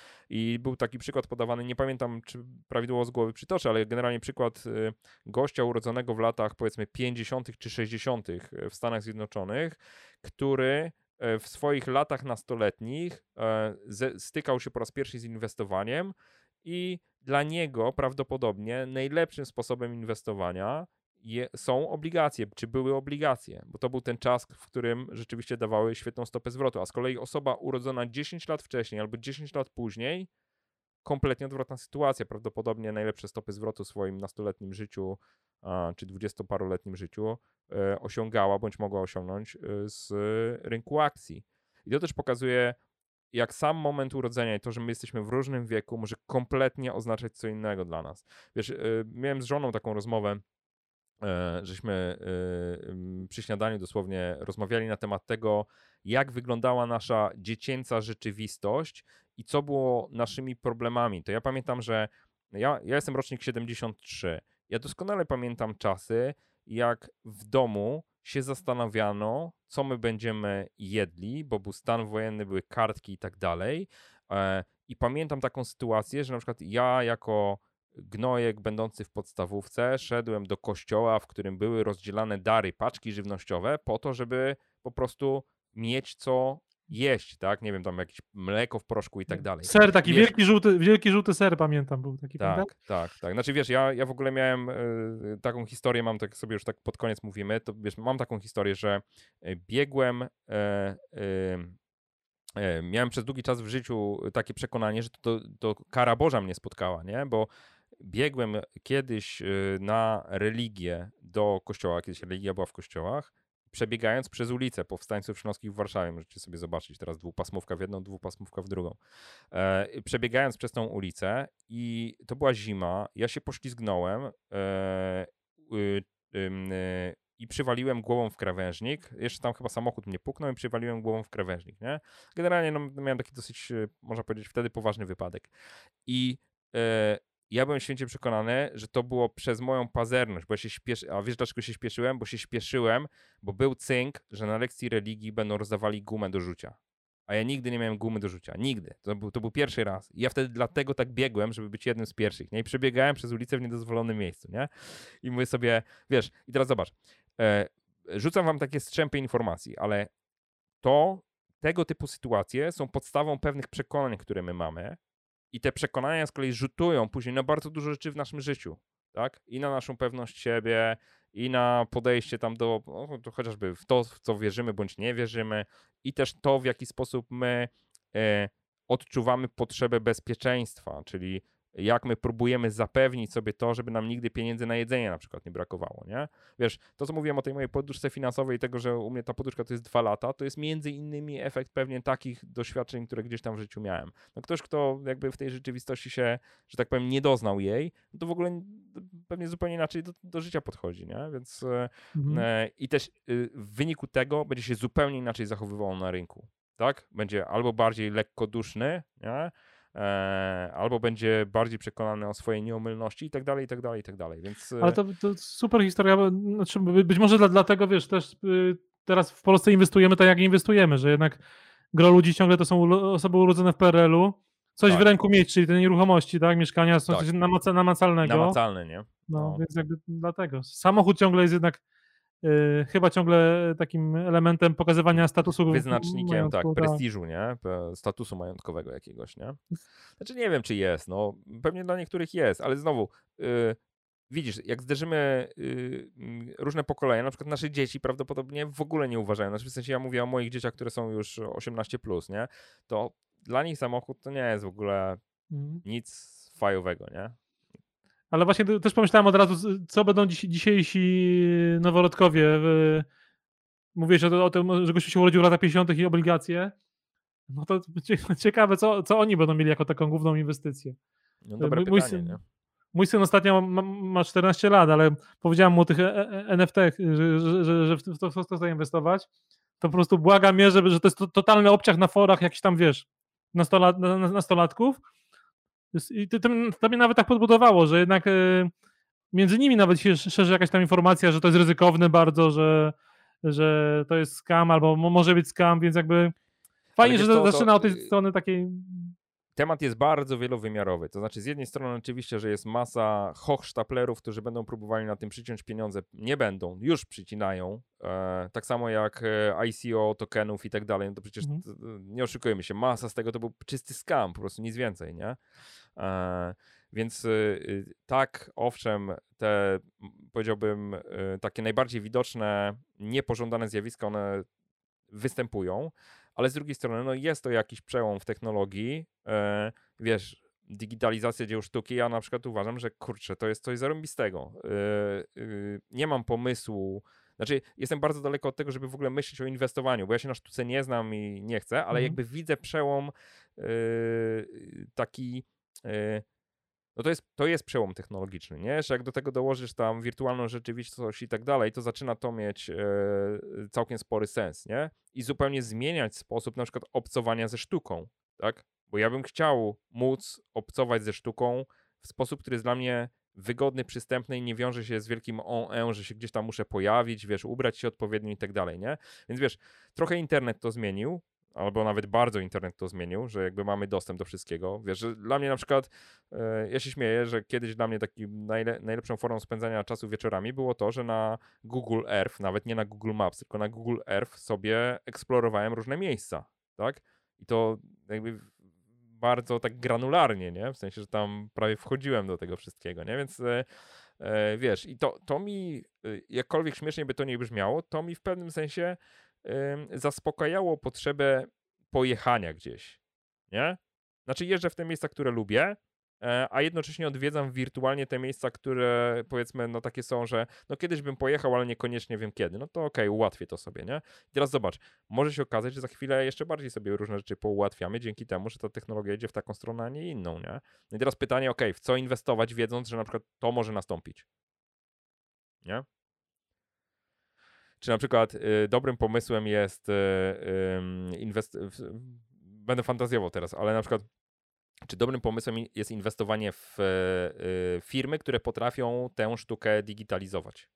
I był taki przykład podawany, nie pamiętam, czy prawidłowo z głowy przytoczę, ale generalnie przykład y, gościa urodzonego w latach powiedzmy pięćdziesiątych czy sześćdziesiątych w Stanach Zjednoczonych, który e, w swoich latach nastoletnich e, ze, stykał się po raz pierwszy z inwestowaniem i dla niego prawdopodobnie najlepszym sposobem inwestowania je, są obligacje, czy były obligacje, bo to był ten czas, w którym rzeczywiście dawały świetną stopę zwrotu, a z kolei osoba urodzona dziesięć lat wcześniej albo dziesięć lat później, kompletnie odwrotna sytuacja, prawdopodobnie najlepsze stopy zwrotu w swoim nastoletnim życiu, a, czy dwudziestoparoletnim życiu e, osiągała, bądź mogła osiągnąć e, z rynku akcji. I to też pokazuje, jak sam moment urodzenia i to, że my jesteśmy w różnym wieku, może kompletnie oznaczać co innego dla nas. Wiesz, e, miałem z żoną taką rozmowę, e, żeśmy e, m, przy śniadaniu dosłownie rozmawiali na temat tego, jak wyglądała nasza dziecięca rzeczywistość i co było naszymi problemami. To ja pamiętam, że ja, ja jestem rocznik siedemdziesiąt trzy. Ja doskonale pamiętam czasy, jak w domu się zastanawiano, co my będziemy jedli, bo był stan wojenny, były kartki i tak dalej. E, I pamiętam taką sytuację, że na przykład ja jako gnojek będący w podstawówce szedłem do kościoła, w którym były rozdzielane dary, paczki żywnościowe, po to, żeby po prostu mieć co jeść, tak? Nie wiem, tam jakieś mleko w proszku i tak dalej. Ser, taki I wiesz, wielki żółty, wielki żółty ser, pamiętam, był taki, pamiętasz? tak, tak, tak. Znaczy wiesz, ja, ja w ogóle miałem y, taką historię, mam tak sobie już tak pod koniec mówimy, to wiesz, mam taką historię, że y, biegłem, e, y, e, miałem przez długi czas w życiu takie przekonanie, że to, to, to kara Boża mnie spotkała, nie? Bo biegłem kiedyś y, na religię do kościoła, kiedyś religia była w kościołach, przebiegając przez ulicę Powstańców Śląskich w Warszawie, możecie sobie zobaczyć teraz dwupasmówka w jedną, dwupasmówka w drugą. E, przebiegając przez tą ulicę i to była zima, ja się poślizgnąłem e, y, y, i przywaliłem głową w krawężnik. Jeszcze tam chyba samochód mnie puknął i przywaliłem głową w krawężnik, nie? Generalnie no, miałem taki dosyć, można powiedzieć, wtedy poważny wypadek. I e, ja byłem święcie przekonany, że to było przez moją pazerność, bo ja się śpieszy... A wiesz, dlaczego się śpieszyłem? Bo się śpieszyłem, bo był cynk, że na lekcji religii będą rozdawali gumę do rzucia. A ja nigdy nie miałem gumy do rzucia. Nigdy. To był, to był pierwszy raz. I ja wtedy dlatego tak biegłem, żeby być jednym z pierwszych, nie? I przebiegałem przez ulicę w niedozwolonym miejscu, nie? I mówię sobie, wiesz, i teraz zobacz. E, rzucam wam takie strzępy informacji, ale to, tego typu sytuacje są podstawą pewnych przekonań, które my mamy. I te przekonania z kolei rzutują później na bardzo dużo rzeczy w naszym życiu, tak? I na naszą pewność siebie, i na podejście tam do, no, to chociażby w to, w co wierzymy bądź nie wierzymy, i też to, w jaki sposób my e, odczuwamy potrzebę bezpieczeństwa, czyli jak my próbujemy zapewnić sobie to, żeby nam nigdy pieniędzy na jedzenie na przykład nie brakowało, nie? Wiesz, to co mówiłem o tej mojej poduszce finansowej i tego, że u mnie ta poduszka to jest dwa lata, to jest między innymi efekt pewnie takich doświadczeń, które gdzieś tam w życiu miałem. No ktoś, kto jakby w tej rzeczywistości się, że tak powiem, nie doznał jej, no to w ogóle pewnie zupełnie inaczej do, do życia podchodzi, nie? Więc Mhm. e, i też y, w wyniku tego będzie się zupełnie inaczej zachowywał na rynku, tak? Będzie albo bardziej lekkoduszny, nie? E, albo będzie bardziej przekonany o swojej nieomylności i tak dalej, i tak dalej, i tak dalej, więc... Ale to, to super historia, bo, znaczy, by- być może dla, dlatego, wiesz, też y, teraz w Polsce inwestujemy tak, jak inwestujemy, że jednak gro ludzi ciągle to są ulo- osoby urodzone w P R L u, coś Tak. w ręku mieć, czyli te nieruchomości, tak, mieszkania, są Tak. coś namaca, namacalnego. Namacalny, nie? No, No. więc jakby dlatego. Samochód ciągle jest jednak y, chyba ciągle takim elementem pokazywania statusu Wyznacznikiem, tak, majątku, prestiżu, nie? P- Statusu majątkowego jakiegoś, nie? Znaczy nie wiem, czy jest, no. Pewnie dla niektórych jest, ale znowu, y, widzisz, jak zderzymy y, mm, różne pokolenia, na przykład nasze dzieci prawdopodobnie w ogóle nie uważają, znaczy w sensie ja mówię o moich dzieciach, które są już osiemnaście plus, nie? To dla nich samochód to nie jest w ogóle Mhm. nic fajowego, nie? Ale właśnie też pomyślałem od razu, co będą dziś, dzisiejsi noworodkowie w, mówisz o, o tym, że gościu się urodził w latach pięćdziesiątych i obligacje, no to ciekawe, co, co oni będą mieli jako taką główną inwestycję. No dobre Mój, mój pytanie, syn, nie? Mój syn ostatnio ma, ma czternaście lat, ale powiedziałem mu o tych N F T, że, że, że, że w to, w to chce zainwestować, to po prostu błagam mnie, żeby, że to jest to, totalny obciach na forach jakichś tam, wiesz, nastolat, nastolatków. I to, to, to mnie nawet tak podbudowało, że jednak y, między nimi nawet się szerzy jakaś tam informacja, że to jest ryzykowne bardzo, że, że to jest scam albo może być scam, więc jakby fajnie, że co, zaczyna to, od tej strony takiej... Temat jest bardzo wielowymiarowy, to znaczy z jednej strony oczywiście, że jest masa hochsztaplerów, którzy będą próbowali na tym przyciąć pieniądze, nie będą, już przycinają, e, tak samo jak e, I C O tokenów i tak dalej, no to przecież Mhm. to, nie oszukujmy się, masa z tego to był czysty scam, po prostu nic więcej, nie? E, więc y, tak, owszem, te powiedziałbym y, takie najbardziej widoczne, niepożądane zjawiska, one występują, ale z drugiej strony no jest to jakiś przełom w technologii, e, wiesz, digitalizacja dzieł sztuki, ja na przykład uważam, że kurczę, to jest coś zarąbistego. E, e, nie mam pomysłu, znaczy jestem bardzo daleko od tego, żeby w ogóle myśleć o inwestowaniu, bo ja się na sztuce nie znam i nie chcę, ale Mhm. jakby widzę przełom e, taki... E, no to jest, to jest przełom technologiczny, nie? Że jak do tego dołożysz tam wirtualną rzeczywistość i tak dalej, to zaczyna to mieć e, całkiem spory sens, nie? I zupełnie zmieniać sposób na przykład obcowania ze sztuką, tak? Bo ja bym chciał móc obcować ze sztuką w sposób, który jest dla mnie wygodny, przystępny i nie wiąże się z wielkim on, że się gdzieś tam muszę pojawić, wiesz, ubrać się odpowiednio i tak dalej, nie? Więc wiesz, trochę internet to zmienił, albo nawet bardzo internet to zmienił, że jakby mamy dostęp do wszystkiego. Wiesz, że dla mnie na przykład, e, ja się śmieję, że kiedyś dla mnie takim najle najlepszą formą spędzania czasu wieczorami było to, że na Google Earth, nawet nie na Google Maps, tylko na Google Earth sobie eksplorowałem różne miejsca, tak? I to jakby bardzo tak granularnie, nie? W sensie, że tam prawie wchodziłem do tego wszystkiego, nie? Więc e, e, wiesz, i to, to mi, e, jakkolwiek śmiesznie by to nie brzmiało, to mi w pewnym sensie zaspokajało potrzebę pojechania gdzieś, nie? Znaczy jeżdżę w te miejsca, które lubię, a jednocześnie odwiedzam wirtualnie te miejsca, które powiedzmy, no takie są, że no kiedyś bym pojechał, ale niekoniecznie wiem kiedy. No to okej, okay, ułatwię to sobie, nie? I teraz zobacz, może się okazać, że za chwilę jeszcze bardziej sobie różne rzeczy poułatwiamy dzięki temu, że ta technologia idzie w taką stronę, a nie inną, nie? No i teraz pytanie, okej, okay, w co inwestować, wiedząc, że na przykład to może nastąpić, nie? Czy na przykład y, dobrym pomysłem jest y, y, inwest... Będę fantazjował teraz, ale na przykład czy dobrym pomysłem jest inwestowanie w y, firmy, które potrafią tę sztukę digitalizować?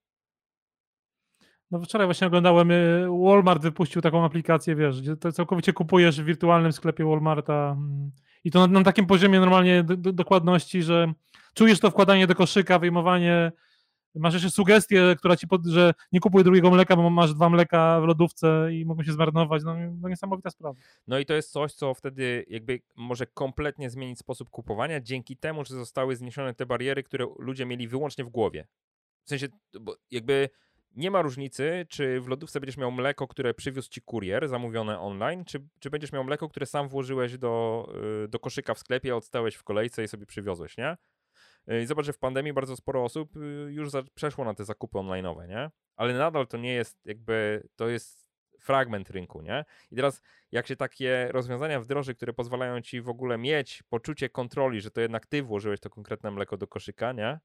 No wczoraj właśnie oglądałem, Walmart wypuścił taką aplikację, wiesz, gdzie to całkowicie kupujesz w wirtualnym sklepie Walmarta i to na, na takim poziomie normalnie do, do, dokładności, że czujesz to wkładanie do koszyka, wyjmowanie, masz jeszcze sugestię, która ci, pod, że nie kupuj drugiego mleka, bo masz dwa mleka w lodówce i mogą się zmarnować, no, no niesamowita sprawa. No i to jest coś, co wtedy jakby może kompletnie zmienić sposób kupowania, dzięki temu, że zostały zniesione te bariery, które ludzie mieli wyłącznie w głowie. W sensie, bo jakby nie ma różnicy, czy w lodówce będziesz miał mleko, które przywiózł ci kurier zamówione online, czy, czy będziesz miał mleko, które sam włożyłeś do, do koszyka w sklepie, odstałeś w kolejce i sobie przywiozłeś, nie? I zobacz, że w pandemii bardzo sporo osób już za, przeszło na te zakupy online'owe, nie? Ale nadal to nie jest jakby, to jest fragment rynku, nie? I teraz jak się takie rozwiązania wdroży, które pozwalają ci w ogóle mieć poczucie kontroli, że to jednak ty włożyłeś to konkretne mleko do koszyka, nie?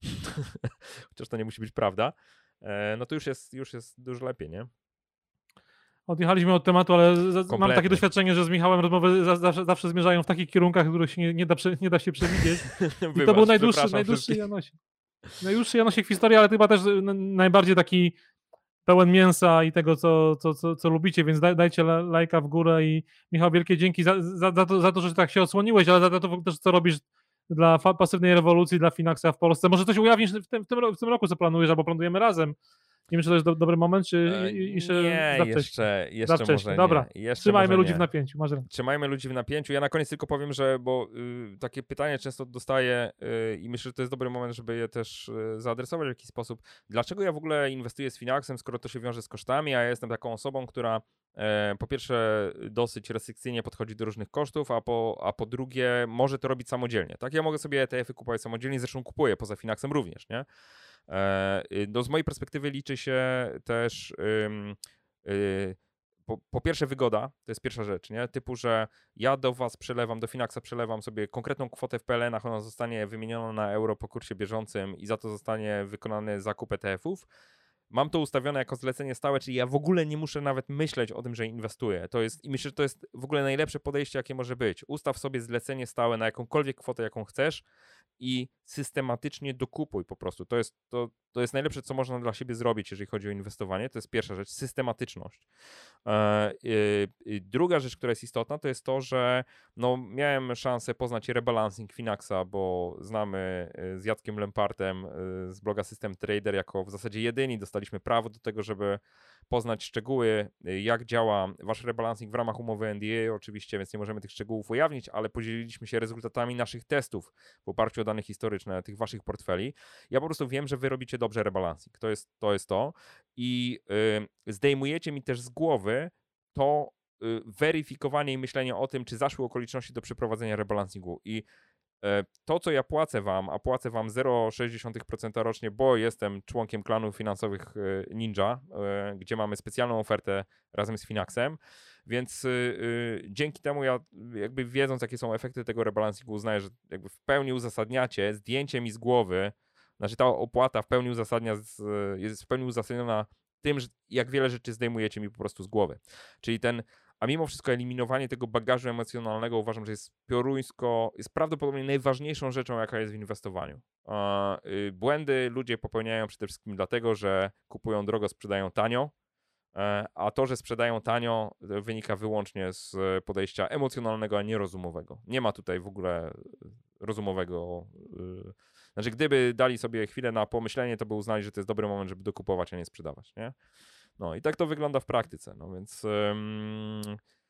Chociaż to nie musi być prawda, no to już jest, już jest dużo lepiej, nie? Odjechaliśmy od tematu, ale Kompletnie. Mam takie doświadczenie, że z Michałem rozmowy zawsze, zawsze zmierzają w takich kierunkach, których się nie, nie, da, nie da się przewidzieć. I Wybacz, to był najdłuższy, najdłuższy Janosik. Najdłuższy Janosik w historii, ale chyba też najbardziej taki pełen mięsa i tego, co, co, co, co lubicie, więc daj, dajcie lajka w górę i Michał, wielkie dzięki za, za, za, to, za to, że tak się odsłoniłeś, ale za, za to też, co robisz dla pasywnej rewolucji, dla Finaxa w Polsce. Może coś ujawnisz w tym, w tym, w tym roku, co planujesz, albo planujemy razem. Nie wiem, czy to jest do, dobry moment, czy e, jeszcze nie, za jeszcze, jeszcze za może Dobra, nie. Jeszcze trzymajmy może ludzi nie. w napięciu. Masz rękę. Trzymajmy ludzi w napięciu. Ja na koniec tylko powiem, że, bo y, takie pytanie często dostaję y, i myślę, że to jest dobry moment, żeby je też y, zaadresować w jakiś sposób. Dlaczego ja w ogóle inwestuję z Finaxem, skoro to się wiąże z kosztami, a ja jestem taką osobą, która e, po pierwsze dosyć restrykcyjnie podchodzi do różnych kosztów, a po, a po drugie może to robić samodzielnie. Tak, ja mogę sobie E T F-y kupować samodzielnie, zresztą kupuję poza Finaxem również, nie? No z mojej perspektywy liczy się też ym, Yy, po, po pierwsze wygoda, to jest pierwsza rzecz, nie? Typu, że ja do was przelewam, do Finaxa przelewam sobie konkretną kwotę w P L N-ach, ona zostanie wymieniona na euro po kursie bieżącym i za to zostanie wykonany zakup E T F-ów. Mam to ustawione jako zlecenie stałe, czyli ja w ogóle nie muszę nawet myśleć o tym, że inwestuję. To jest, i myślę, że to jest w ogóle najlepsze podejście, jakie może być. Ustaw sobie zlecenie stałe na jakąkolwiek kwotę, jaką chcesz i systematycznie dokupuj po prostu. To jest, to, to jest najlepsze, co można dla siebie zrobić, jeżeli chodzi o inwestowanie. To jest pierwsza rzecz, systematyczność. E, y, y, druga rzecz, która jest istotna, to jest to, że no, miałem szansę poznać rebalancing Finaxa, bo znamy y, z Jackiem Lempartem y, z bloga System Trader jako w zasadzie jedyni dostaliśmy prawo do tego, żeby poznać szczegóły, y, jak działa wasz rebalancing w ramach umowy N D A oczywiście, więc nie możemy tych szczegółów ujawnić, ale podzieliliśmy się rezultatami naszych testów w oparciu o dane historyczne tych waszych portfeli. Ja po prostu wiem, że wy robicie dobrze rebalancing. To jest to. Jest to. I y, zdejmujecie mi też z głowy to y, weryfikowanie i myślenie o tym, czy zaszły okoliczności do przeprowadzenia rebalancingu. I y, to, co ja płacę wam, a płacę wam zero przecinek sześć dziesiątych procent rocznie, bo jestem członkiem klanów finansowych y, Ninja, y, gdzie mamy specjalną ofertę razem z Finaxem, więc y, y, dzięki temu ja jakby wiedząc, jakie są efekty tego rebalancingu, uznaję, że jakby w pełni uzasadniacie zdjęcie mi z głowy, znaczy ta opłata w pełni uzasadnia, z, jest w pełni uzasadniona tym, że jak wiele rzeczy zdejmujecie mi po prostu z głowy. Czyli ten, a mimo wszystko eliminowanie tego bagażu emocjonalnego uważam, że jest pioruńsko, jest prawdopodobnie najważniejszą rzeczą, jaka jest w inwestowaniu. Yy, błędy ludzie popełniają przede wszystkim dlatego, że kupują drogo, sprzedają tanio, yy, a to, że sprzedają tanio, wynika wyłącznie z podejścia emocjonalnego, a nie rozumowego. Nie ma tutaj w ogóle rozumowego. Yy, Znaczy, gdyby dali sobie chwilę na pomyślenie, to by uznali, że to jest dobry moment, żeby dokupować, a nie sprzedawać, nie? No i tak to wygląda w praktyce, no więc ym,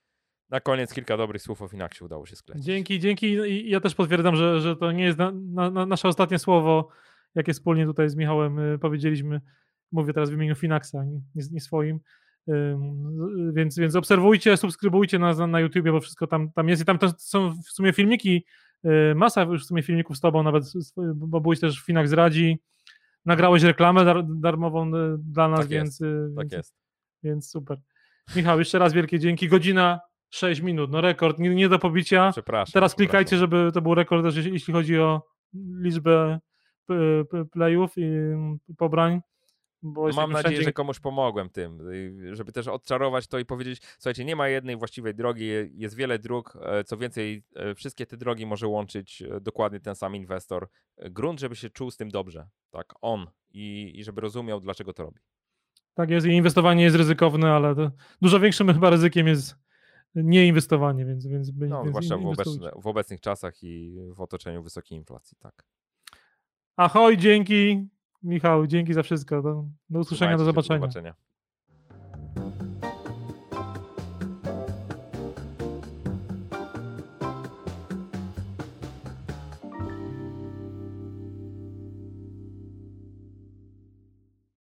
na koniec kilka dobrych słów o Finaxie udało się sklecić. Dzięki, dzięki. I ja też potwierdzam, że, że to nie jest na, na, na nasze ostatnie słowo, jakie wspólnie tutaj z Michałem y, powiedzieliśmy. Mówię teraz w imieniu Finaxa, nie, nie, nie swoim. Ym, więc, więc obserwujcie, subskrybujcie nas na, na YouTubie, bo wszystko tam, tam jest. I tam też są w sumie filmiki, y, masa już w sumie filmików z tobą, nawet bo byłeś też Finax Radzi. Nagrałeś reklamę dar, darmową y, dla nas, Tak więc, jest, y, tak więc, jest. więc super. Michał, jeszcze raz wielkie dzięki. Godzina sześć minut, no rekord, nie, nie do pobicia. Przepraszam. Teraz przepraszam. klikajcie, żeby to był rekord też, jeśli jeśli chodzi o liczbę p- p- playów i pobrań. Bo No jesteśmy mam nadzieję, wszędzie. że komuś pomogłem tym, y, żeby też odczarować to i powiedzieć, słuchajcie, nie ma jednej właściwej drogi, jest wiele dróg, e, co więcej, e, wszystkie te drogi może łączyć e, dokładnie ten sam inwestor. E, Grunt, żeby się czuł z tym dobrze, tak, on i, i żeby rozumiał, dlaczego to robi. Tak jest, i inwestowanie jest ryzykowne, ale to dużo większym chyba ryzykiem jest nieinwestowanie, więc, więc, No, więc zwłaszcza w, inwestujcie. obecne, w obecnych czasach i w otoczeniu wysokiej inflacji, tak. Ahoj, dzięki. Michał, dzięki za wszystko. Do, do usłyszenia, Trzymajcie do się, zobaczenia. Do zobaczenia.